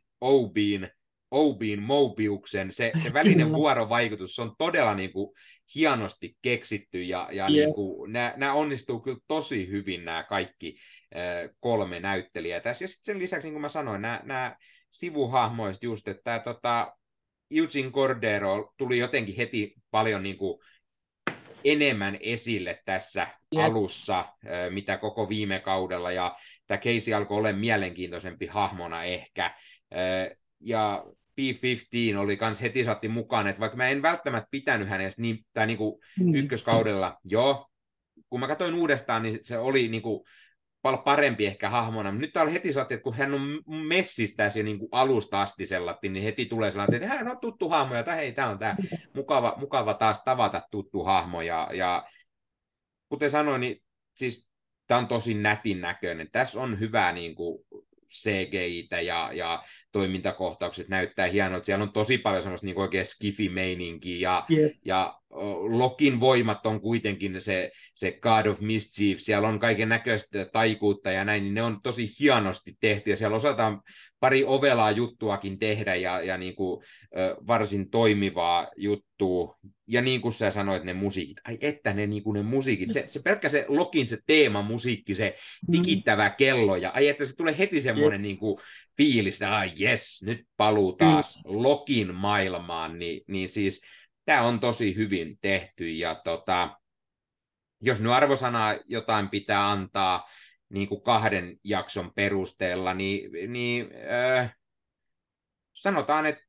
OBin, Mobiuksen, se välinen vuorovaikutus, se on todella niin kuin hienosti keksitty, ja niin kuin, nämä onnistuu kyllä tosi hyvin nämä kaikki 3 näyttelijää tässä. Ja sitten sen lisäksi, niin kuin mä sanoin, nämä sivuhahmoista just, että Eugene Cordero tuli jotenkin heti paljon niin kuin enemmän esille tässä alussa, mitä koko viime kaudella, ja tämä Casey alkoi olla mielenkiintoisempi hahmona ehkä, ja P15 oli kans heti saatti mukaan, että vaikka mä en välttämättä pitänyt hänestä niinku ykköskaudella, kun mä katsoin uudestaan, niin se oli niinku paljon parempi ehkä hahmona, mutta nyt tää oli heti saatti, että kun hän on messistä ja niinku alusta asti sellatti, niin heti tulee sellainen, että hän on tuttu hahmo, ja hei, tää on tää mukava taas tavata tuttu hahmo, ja kuten sanoin, niin siis tää on tosi nätin näköinen, tässä on hyvää niinku CGI-tä ja toimintakohtaukset näyttää hienolta. Siellä on tosi paljon semmoista niin oikein skifi-meininkiä ja Lokin voimat on kuitenkin se God of Mischief, siellä on kaiken näköistä taikuutta ja näin, niin ne on tosi hienosti tehty ja siellä osataan pari ovelaa juttuakin tehdä ja niin kuin, varsin toimivaa juttua. Ja niin kuin sä sanoit, ne musiikit, ai että ne, niin kuin ne musiikit, se pelkkä se Lokin se teemamusiikki, se tikittävä kello ja ai että se tulee heti semmoinen niin kuin fiilis, ai jes, nyt paluu taas Lokin maailmaan, niin siis tämä on tosi hyvin tehty ja jos nyt arvosanaa jotain pitää antaa niin kuin 2 jakson perusteella, sanotaan, että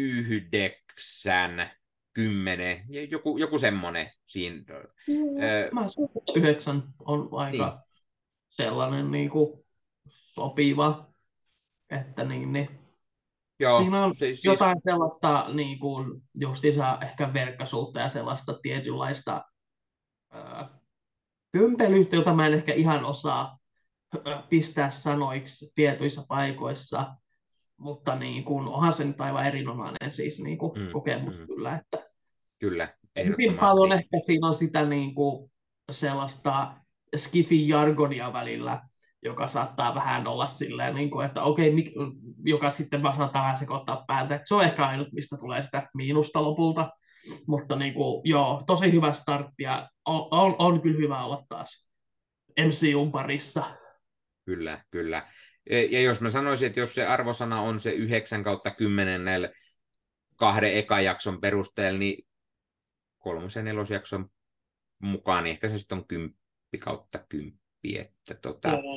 9, 10, joku semmoinen siinä. Mä sanon, että 9 on aika Niin. sellainen niin kuin sopiva, että niin. Joo, Siinä on siis, jotain sellaista niin kuin justiinsa ehkä verkkaisuutta ja sellaista tietynlaista kömpelyyttä, jota mä en ehkä ihan osaa pistää sanoiksi tietyissä paikoissa, mutta niin kuin, onhan se nyt aivan erinomainen siis niin kuin kokemus kyllä, että kyllä, hyvin paljon ehdottomasti. ehkä siinä on sitä niin kuin sellaista skifi-jargonia välillä, joka saattaa vähän olla silleen, niin kuin, että okei, joka sitten vaan saattaa vähän sekoittaa päätä. Että se on ehkä ainut, mistä tulee sitä miinusta lopulta. Mutta niin kuin, joo, tosi hyvä startti ja on kyllä hyvä olla taas MCUn parissa. Kyllä, kyllä. Ja jos mä sanoisin, että jos se arvosana on se 9/10 näillä 2 ekajakson perusteella, niin 3. ja 4. jakson mukaan, niin ehkä se sitten on 10/10. Että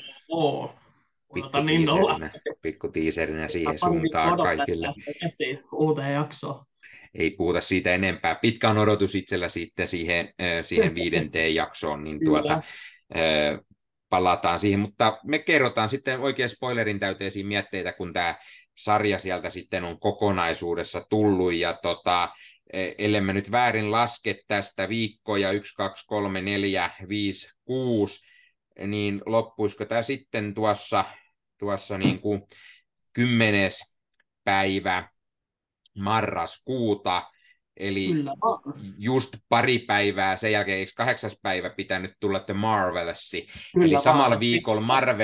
pikku tiiserinä siihen suuntaan kaikille. Uuteen jaksoon. Ei puhuta siitä enempää. Pitkä on odotus itsellä sitten siihen 5. jaksoon, niin palataan siihen, mutta me kerrotaan sitten oikein spoilerin täyteisiä mietteitä, kun tämä sarja sieltä sitten on kokonaisuudessa tullut, ja ellei mä nyt väärin laske tästä viikkoja 1, 2, 3, 4, 5, 6, niin loppuisiko tämä sitten tuossa niin kuin 10. päivä marraskuuta, eli just pari päivää sen jälkeen, eikö 8. päivä pitänyt tulla The Marvelsi, eli samalla viikolla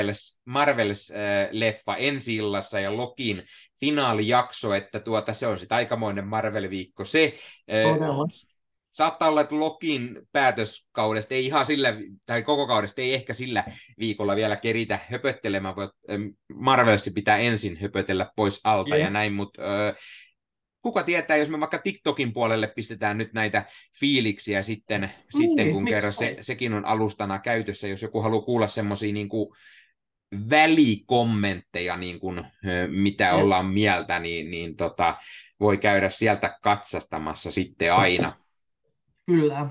Marvels-leffa ensi-illassa ja Lokin finaalijakso, että se on sitten aikamoinen Marvel-viikko se. Saattaa olla, että Lokin päätöskaudesta ei ihan sillä, tai koko kaudesta ei ehkä sillä viikolla vielä keritä höpöttelemään, Marvelsi pitää ensin höpötellä pois alta ja näin, mutta kuka tietää, jos me vaikka TikTokin puolelle pistetään nyt näitä fiiliksiä sitten kun kerran sekin on alustana käytössä, jos joku haluaa kuulla semmoisia niin kuin välikommentteja, niin kuin, mitä ollaan mieltä, niin voi käydä sieltä katsastamassa sitten aina. Kyllä.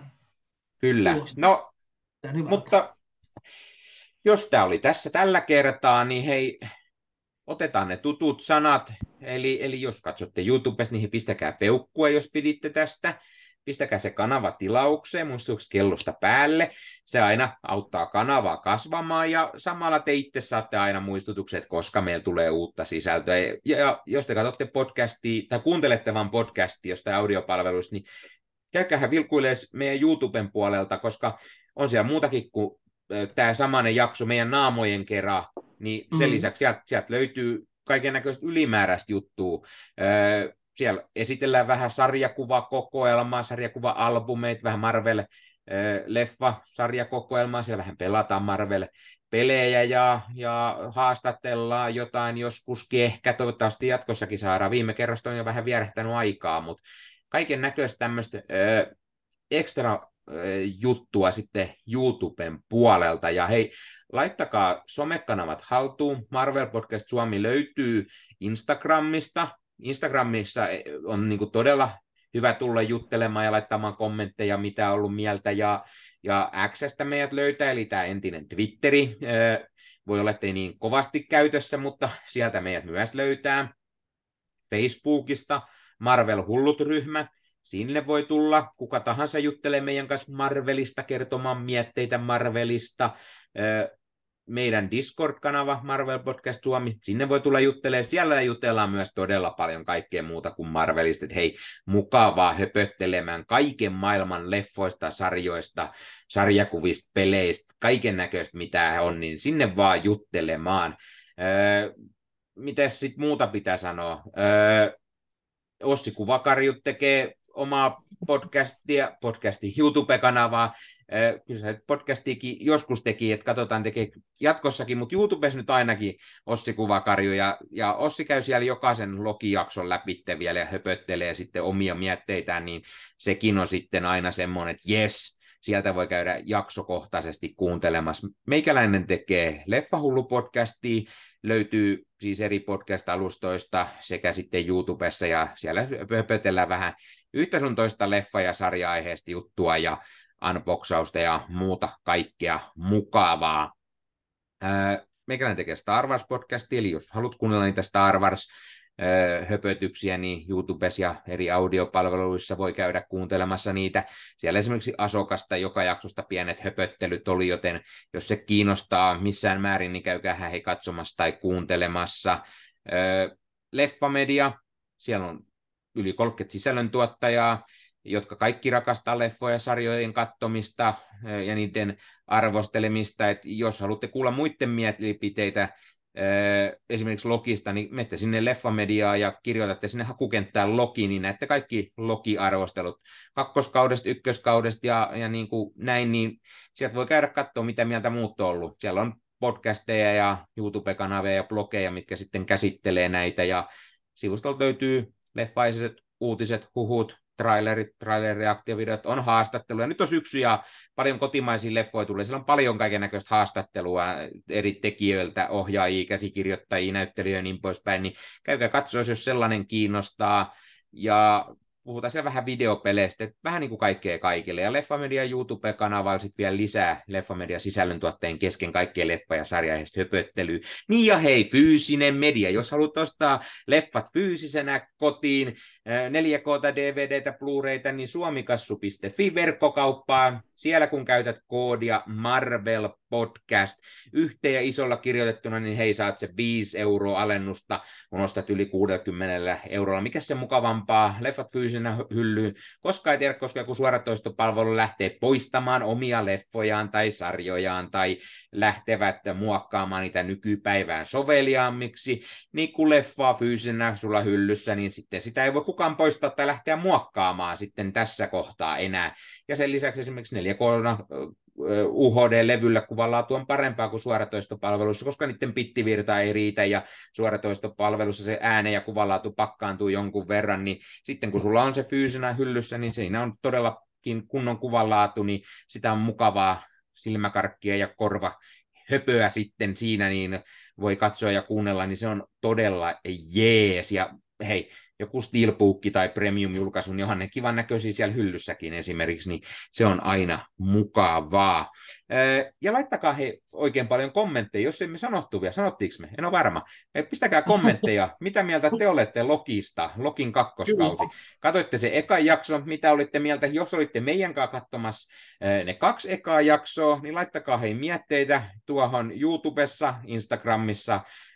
No, mutta jos tämä oli tässä tällä kertaa, niin hei, otetaan ne tutut sanat, eli jos katsotte YouTubesta, niin pistäkää peukkua, jos piditte tästä. Pistäkää se kanava tilaukseen, muistuksi kellosta päälle. Se aina auttaa kanavaa kasvamaan ja samalla te itse saatte aina muistutukset, koska meillä tulee uutta sisältöä. Ja jos te katsotte podcastia tai kuuntelette vaan podcastia jostain audiopalveluista, niin käykäähän vilkuilemaan meidän YouTuben puolelta, koska on siellä muutakin kuin tämä samainen jakso meidän naamojen kerran, niin sen lisäksi sieltä löytyy kaiken näköistä ylimääräistä juttua. Siellä esitellään vähän sarjakuvakokoelmaa, sarjakuva-albumeita, vähän Marvel-leffa-sarjakokoelmaa, siellä vähän pelataan Marvel-pelejä ja haastatellaan jotain joskuskin, ehkä toivottavasti jatkossakin saadaan. Viime kerrasta on jo vähän vierähtänyt aikaa, mutta kaiken näköistä tämmöistä ekstra juttua sitten YouTuben puolelta. Ja hei, laittakaa somekanavat haltuun. Marvel Podcast Suomi löytyy Instagramista. Instagramissa on niin kuin todella hyvä tulla juttelemaan ja laittamaan kommentteja, mitä on ollut mieltä. Ja X:stä meidät löytää, eli tämä entinen Twitteri. Voi olla, että ei niin kovasti käytössä, mutta sieltä meidät myös löytää. Facebookista Marvel-hullut-ryhmä. Sinne voi tulla kuka tahansa juttelee meidän kanssa Marvelista, kertomaan mietteitä Marvelista. meidän Discord-kanava, Marvel Podcast Suomi, sinne voi tulla juttelemaan. Siellä jutellaan myös todella paljon kaikkea muuta kuin Marvelista. Että hei, mukavaa höpöttelemään kaiken maailman leffoista, sarjoista, sarjakuvista, peleistä, kaiken näköistä mitä on, niin sinne vaan juttelemaan. Mites sitten muuta pitää sanoa? Ossi Kuvakarjut tekee omaa podcastin YouTube-kanavaa. Kyllä se podcastiakin joskus teki, että katsotaan tekee jatkossakin, mutta YouTubessa nyt ainakin Ossi Kuvakarju, ja Ossi käy siellä jokaisen Loki-jakson läpi vielä ja höpöttelee sitten omia mietteitään, niin sekin on sitten aina semmoinen, että jes, sieltä voi käydä jaksokohtaisesti kuuntelemassa. Meikäläinen tekee Leffahullu-podcastia, löytyy siis eri podcast-alustoista sekä sitten YouTubessa, ja siellä höpötellään vähän yhtä sun toista leffa- ja sarja-aiheesta juttua ja unboxausta ja muuta kaikkea mukavaa. Meikäläinen tekee Star Wars-podcastia, eli jos haluat kuunnella niitä Star Wars-höpötyksiä, niin YouTubessa ja eri audiopalveluissa voi käydä kuuntelemassa niitä. Siellä esimerkiksi Asokasta joka jaksosta pienet höpöttelyt oli, joten jos se kiinnostaa missään määrin, niin käykää he katsomassa tai kuuntelemassa. Leffamedia, siellä on yli 30 sisällöntuottajaa, jotka kaikki rakastaa leffoja, sarjojen katsomista ja niiden arvostelemista. Et jos haluatte kuulla muiden mielipiteitä esimerkiksi Lokista, niin menette sinne Leffamediaan ja kirjoitatte sinne hakukenttään Loki, niin näette kaikki Loki-arvostelut kakkoskaudesta, ykköskaudesta ja niin kuin näin, niin sieltä voi käydä katsoa, mitä mieltä muut on ollut. Siellä on podcasteja ja YouTube-kanaveja ja blogeja, mitkä sitten käsittelee näitä, ja sivustolta löytyy leffaiset uutiset, huhut, trailer-reaktiovideot, on haastatteluja. Nyt on syksy ja paljon kotimaisia leffoja tulee. Siellä on paljon kaikennäköistä haastattelua eri tekijöiltä, ohjaajia, käsikirjoittajia, näyttelijöitä ja niin poispäin. Niin käykää katsoa, jos sellainen kiinnostaa. Ja puhutaan siellä vähän videopeleistä, vähän niin kuin kaikkea kaikille. Ja Leffamedia YouTube-kanavalla sitten vielä lisää Leffamedia sisällöntuotteen kesken kaikkea leffa- ja sarjaihista höpöttelyä. Niin ja hei, fyysinen media. Jos haluat ostaa leffat fyysisenä kotiin, 4K, DVDtä, Blu-rayta, niin suomikassu.fi verkkokauppaa. Siellä kun käytät koodia Marvel Podcast yhteen ja isolla kirjoitettuna, niin hei, saat se 5 € alennusta, kun ostat yli 60 €. Mikä se mukavampaa? Leffat fyysisenä hyllyyn. Koska ei tiedä, koska joku suoratoistopalvelu lähtee poistamaan omia leffojaan tai sarjojaan tai lähtevät muokkaamaan niitä nykypäivään soveliaammiksi, niin kun leffaa fyysisenä sulla hyllyssä, niin sitten sitä ei voi kukaan poistaa tai lähteä muokkaamaan sitten tässä kohtaa enää. Ja sen lisäksi esimerkiksi 4K UHD-levyllä kuvanlaatu on parempaa kuin suoratoistopalveluissa, koska niiden bittivirta ei riitä ja suoratoistopalvelussa se ääne ja kuvanlaatu pakkaantuu jonkun verran, niin sitten kun sulla on se fyysinä hyllyssä, niin siinä on todellakin kunnon kuvanlaatu, niin sitä on mukavaa silmäkarkkia ja korva höpöä sitten siinä, niin voi katsoa ja kuunnella, niin se on todella jees. Ja hei, joku Steelbook tai Premium-julkaisu, niin onhan ne kivan näköisiä siellä hyllyssäkin esimerkiksi, niin se on aina mukavaa. Ja laittakaa hei oikein paljon kommentteja, jos emme sanottu vielä, sanottiinko me? En ole varma. Pistäkää kommentteja, mitä mieltä te olette Lokista, Lokin kakkoskausi. Katoitte se ekan jakson, mitä olitte mieltä, jos olitte meidän kanssa katsomassa ne 2 ekaa jaksoa, niin laittakaa hei mietteitä tuohon YouTubessa, Instagramissa,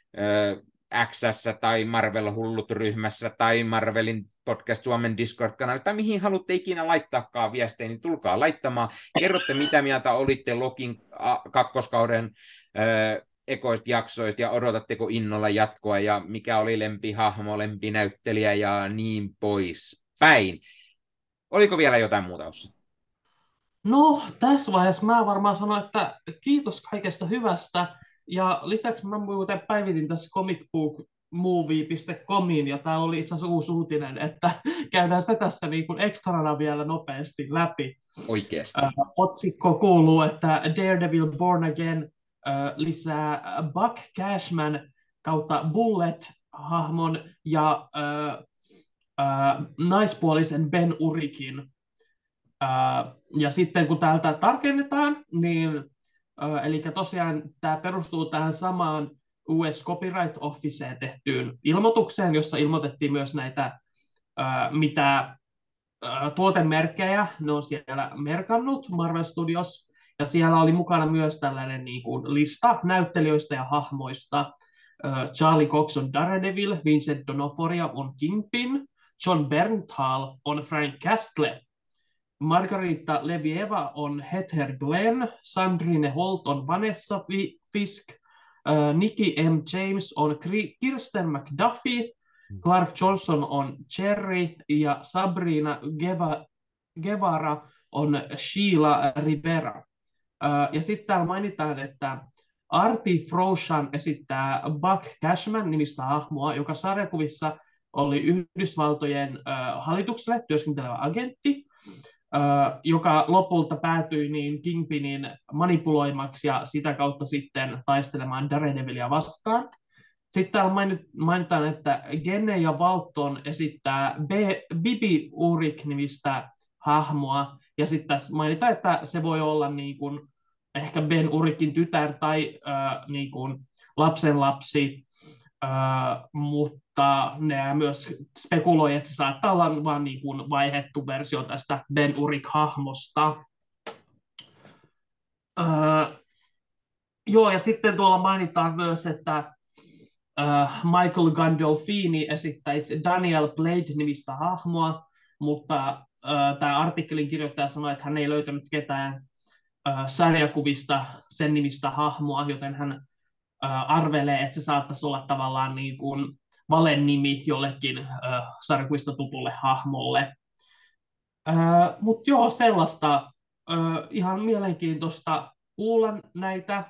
X:ssä tai Marvel-hullut-ryhmässä tai Marvelin Podcast Suomen Discord-kanavilla tai mihin haluatte ikinä laittaakaan viestejä, niin tulkaa laittamaan. Kerrotte, mitä mieltä olitte Lokin kakkoskauden ekoista jaksoista ja odotatteko innolla jatkoa ja mikä oli lempihahmo, lempinäyttelijä ja niin poispäin. Oliko vielä jotain muuta, Ossi? No, tässä vaiheessa mä varmaan sanon, että kiitos kaikesta hyvästä. Ja lisäksi mä muuten päivitin tässä comicbookmovie.comiin, ja täällä oli itse asiassa uusi uutinen, että käydään se tässä niin kuin ekstrana vielä nopeasti läpi. Oikeasti. Otsikko kuuluu, että Daredevil Born Again lisää Buck Cashman kautta Bullet-hahmon ja naispuolisen Ben Urikin. Ja sitten kun täältä tarkennetaan, niin eli tosiaan tämä perustuu tähän samaan US Copyright Officeen tehtyyn ilmoitukseen, jossa ilmoitettiin myös näitä, mitä tuotemerkkejä ne on siellä merkannut Marvel Studios, Ja siellä oli mukana myös tällainen niin kuin lista näyttelijöistä ja hahmoista. Charlie Cox on Daredevil, Vincent D'Onofrio on Kingpin, John Bernthal on Frank Castle, Margarita Levieva on Heather Glenn, Sandrine Holt on Vanessa Fisk, Nikki M. James on Kirsten McDuffie, Clark Johnson on Cherry ja Sabrina Guevara on Sheila Rivera. Ja sitten täällä mainitaan, että Artie Froshan esittää Buck Cashman nimistä hahmoa, joka sarjakuvissa oli Yhdysvaltojen hallitukselle työskentelevä agentti, joka lopulta päätyi niin Kingpinin manipuloimaksi ja sitä kautta sitten taistelemaan Daredevilia vastaan. Sitten täällä mainitaan, että Genne ja Walton esittää Bibi Urik-nimistä hahmoa, ja sitten tässä mainitaan, että se voi olla niin kuin ehkä Ben Urikin tytär tai niin kuin lapsenlapsi, mutta ne myös spekuloi, että se saattaa olla vain niin kuin vaihdettu versio tästä Ben Urik-hahmosta. Joo, ja sitten tuolla mainitaan myös, että Michael Gandolfini esittäisi Daniel Blade-nimistä hahmoa, mutta tämä artikkelin kirjoittaja sanoi, että hän ei löytänyt ketään sarjakuvista sen nimistä hahmoa, joten hän arvelee, että se saattaisi olla tavallaan niin kuin valenimi jollekin sarjakuvista tutulle hahmolle. Mutta joo, sellaista ihan mielenkiintoista kuulla näitä.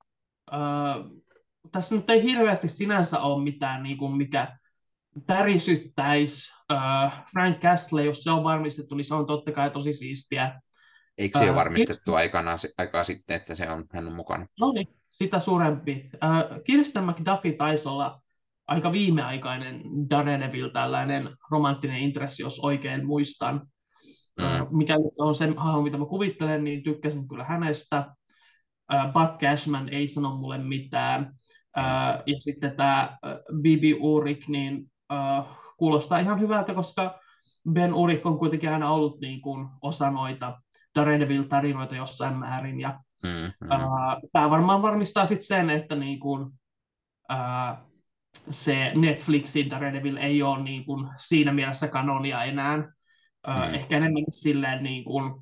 Tässä nyt ei hirveästi sinänsä ole mitään, niin kuin mikä tärisyttäisi Frank Castle, jos se on varmistettu, niin se on totta kai tosi siistiä. Eikö se ole varmistettu aikaa sitten, että hän on mukana? No niin, sitä suurempi. Kirsten McDuffie taisi olla aika viimeaikainen Daredevil, tällainen romanttinen intressi, jos oikein muistan. Mikäli se on se hahmo, mitä mä kuvittelen, niin tykkäsin kyllä hänestä. Buck Cashman ei sano mulle mitään. Ja sitten tämä Bibi Urik, niin kuulostaa ihan hyvältä, koska Ben Urik on kuitenkin aina ollut niin kuin osa noita Daredevil-tarinoita jossain määrin. Ja tämä varmaan varmistaa sitten sen, että niin kuin, se Netflixin Daredevil ei ole niin kuin siinä mielessä kanonia enää. Ehkä enemmän silleen niin kuin,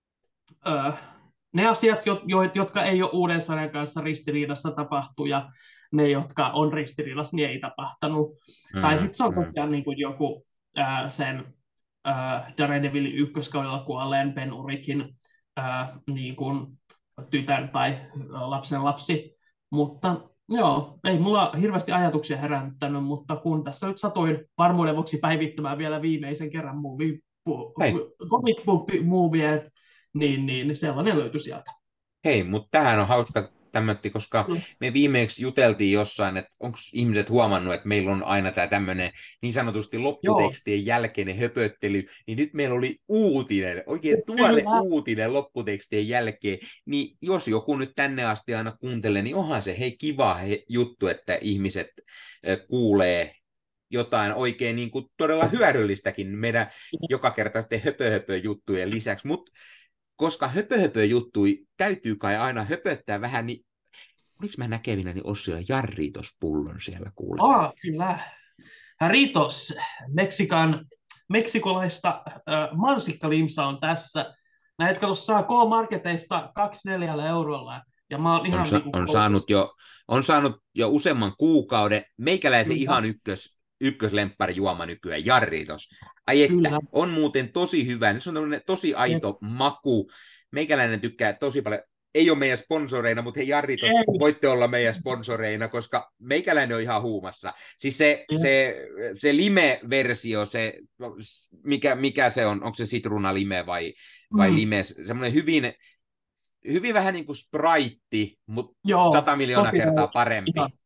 ne asiat, jotka ei ole uuden sarjan kanssa ristiriidassa tapahtuu, ja ne, jotka on ristiriidassa, niin ei tapahtunut. Tai sitten se on tosiaan niin kuin joku sen Daredevilin ykköskaudella kuolleen Ben Urikin niin kuin tytär tai lapsenlapsi. Mutta joo, ei mulla hirveästi ajatuksia herännyt, mutta kun tässä nyt satuin varmuuden vuoksi päivittämään vielä viimeisen kerran comic book movie, niin sellainen löytyi sieltä. Hei, mutta tämähän on hauska tämmötti, koska me viimeksi juteltiin jossain, että onko ihmiset huomannut, että meillä on aina tämä tämmöinen niin sanotusti lopputekstien jälkeinen höpöttely, niin nyt meillä oli uutinen, oikein tuore uutinen lopputekstien jälkeen, niin jos joku nyt tänne asti aina kuuntelee, niin onhan se kiva juttu, että ihmiset kuulee jotain oikein niin kuin todella hyödyllistäkin meidän joka kerta sitten höpö-höpö-juttujen lisäksi, mutta koska höpö-höpö-juttui täytyy kai aina höpöttää vähän, niin oliko mä näkevinäni Ossilla Jarritos-pullon siellä kuulla? Kyllä. Jarritos, meksikolaista mansikkalimsa on tässä. Näitä saa K-marketeista 24 eurolla. Ja mä ihan on saanut jo useamman kuukauden. Meikäläisen ihan ykköslempparijuoma nykyään, Jarritos. Ai että, on muuten tosi hyvä. Se on tosi aito maku. Meikäläinen tykkää tosi paljon. Ei ole meidän sponsoreina, mutta hei Jarritos, voitte olla meidän sponsoreina, koska meikäläinen on ihan huumassa. Siis se lime-versio, mikä se on? Onko se sitruunalime vai lime? Semmoinen hyvin vähän niin kuin Sprite, mutta 100 miljoonaa kertaa parempi.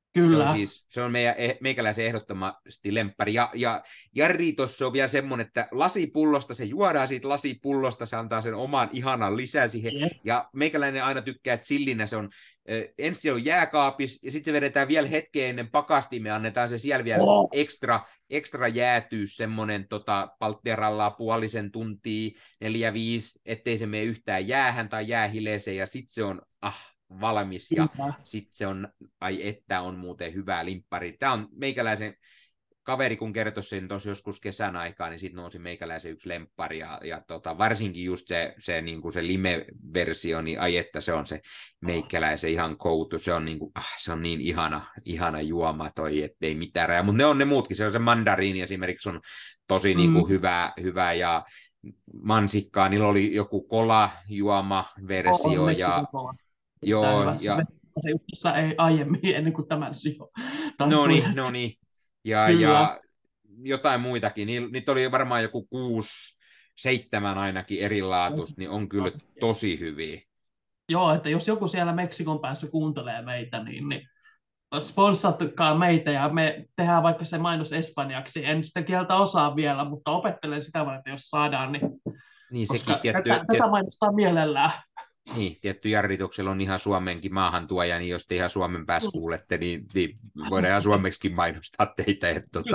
Kyllä. Se on meikäläisen ehdottomasti lemppari. Ja Jari tuossa on vielä semmoinen, että lasipullosta se juodaan siitä lasipullosta, se antaa sen oman ihanan lisää siihen. Jep. Ja meikäläinen aina tykkää, että chillinä se on, ensin se on jääkaapis, ja sitten se vedetään vielä hetken ennen pakastimeen, annetaan se siellä vielä Oh. ekstra jäätyy semmoinen palttiarallaa puolisen tuntia, 4-5, ettei se mene yhtään jäähän tai jäähileeseen, ja sitten se on, valmis, ja Kyllä. sitten se on, ai että on muuten hyvä limppari. Tämä on meikäläisen kaveri, kun kertoi sen tuossa joskus kesän aikaa, niin sitten nousi meikäläisen yksi lemppari, ja varsinkin just se, niin kuin se lime-versio, niin ai että se on se meikäläisen ihan koutu, se on, niin kuin, se on niin ihana juoma toi, ettei mitään rajaa, mutta ne on ne muutkin, se on se mandariini esimerkiksi on tosi niin kuin hyvä, ja mansikkaa, niillä oli joku kolajuoma-versio, On ja Meksikon kova. Erittäin joo, hyvä. Se ja se just tuossa ei aiemmin, ennen kuin tämän jo taas no tunnettu. niin. Kyllä. Ja jotain muitakin. Niitä oli varmaan joku 6-7 ainakin erilaatuista, niin on kyllä tosi hyviä. Joo, että jos joku siellä Meksikon päässä kuuntelee meitä, niin sponssatkaa meitä ja me tehdään vaikka se mainos espanjaksi. En sitä kieltä osaa vielä, mutta opettelen sitä varten, jos saadaan, Niin sekin koska tätä mainostaa mielellään. Niin, tietty Jarrituksella on ihan Suomenkin maahantuoja, niin jos te ihan Suomen päässä kuulette, niin voidaan ihan suomeksikin mainostaa teitä.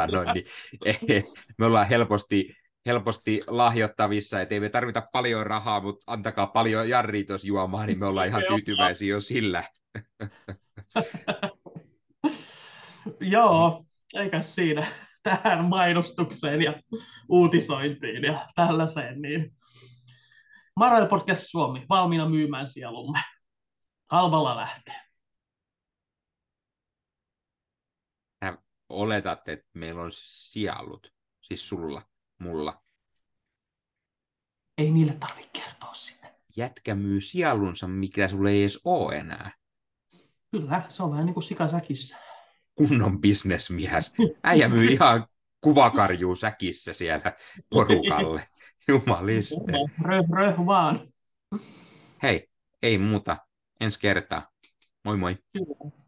Me ollaan helposti lahjoittavissa, että ei me tarvita paljon rahaa, mutta antakaa paljon Jarritusjuomaa, niin me ollaan ihan tyytyväisiä jo sillä. Joo, eikä siinä tähän mainostukseen ja uutisointiin ja tällaiseen, niin Marvel Podcast Suomi, valmiina myymään sielumme. Halvalla lähtee. Oletat, että meillä on sielut, siis mulla. Ei niille tarvitse kertoa sitä. Jätkä myy sielunsa, mikä sulle ei edes ole enää. Kyllä, se on vähän niin kuin sikasäkissä. Kunnon bisnesmies. Äijä myy ihan kuvakarjuu säkissä siellä porukalle. Jumaliste. Röh vaan. Hei, ei muuta. Ensi kertaa. Moi moi. Kyllä.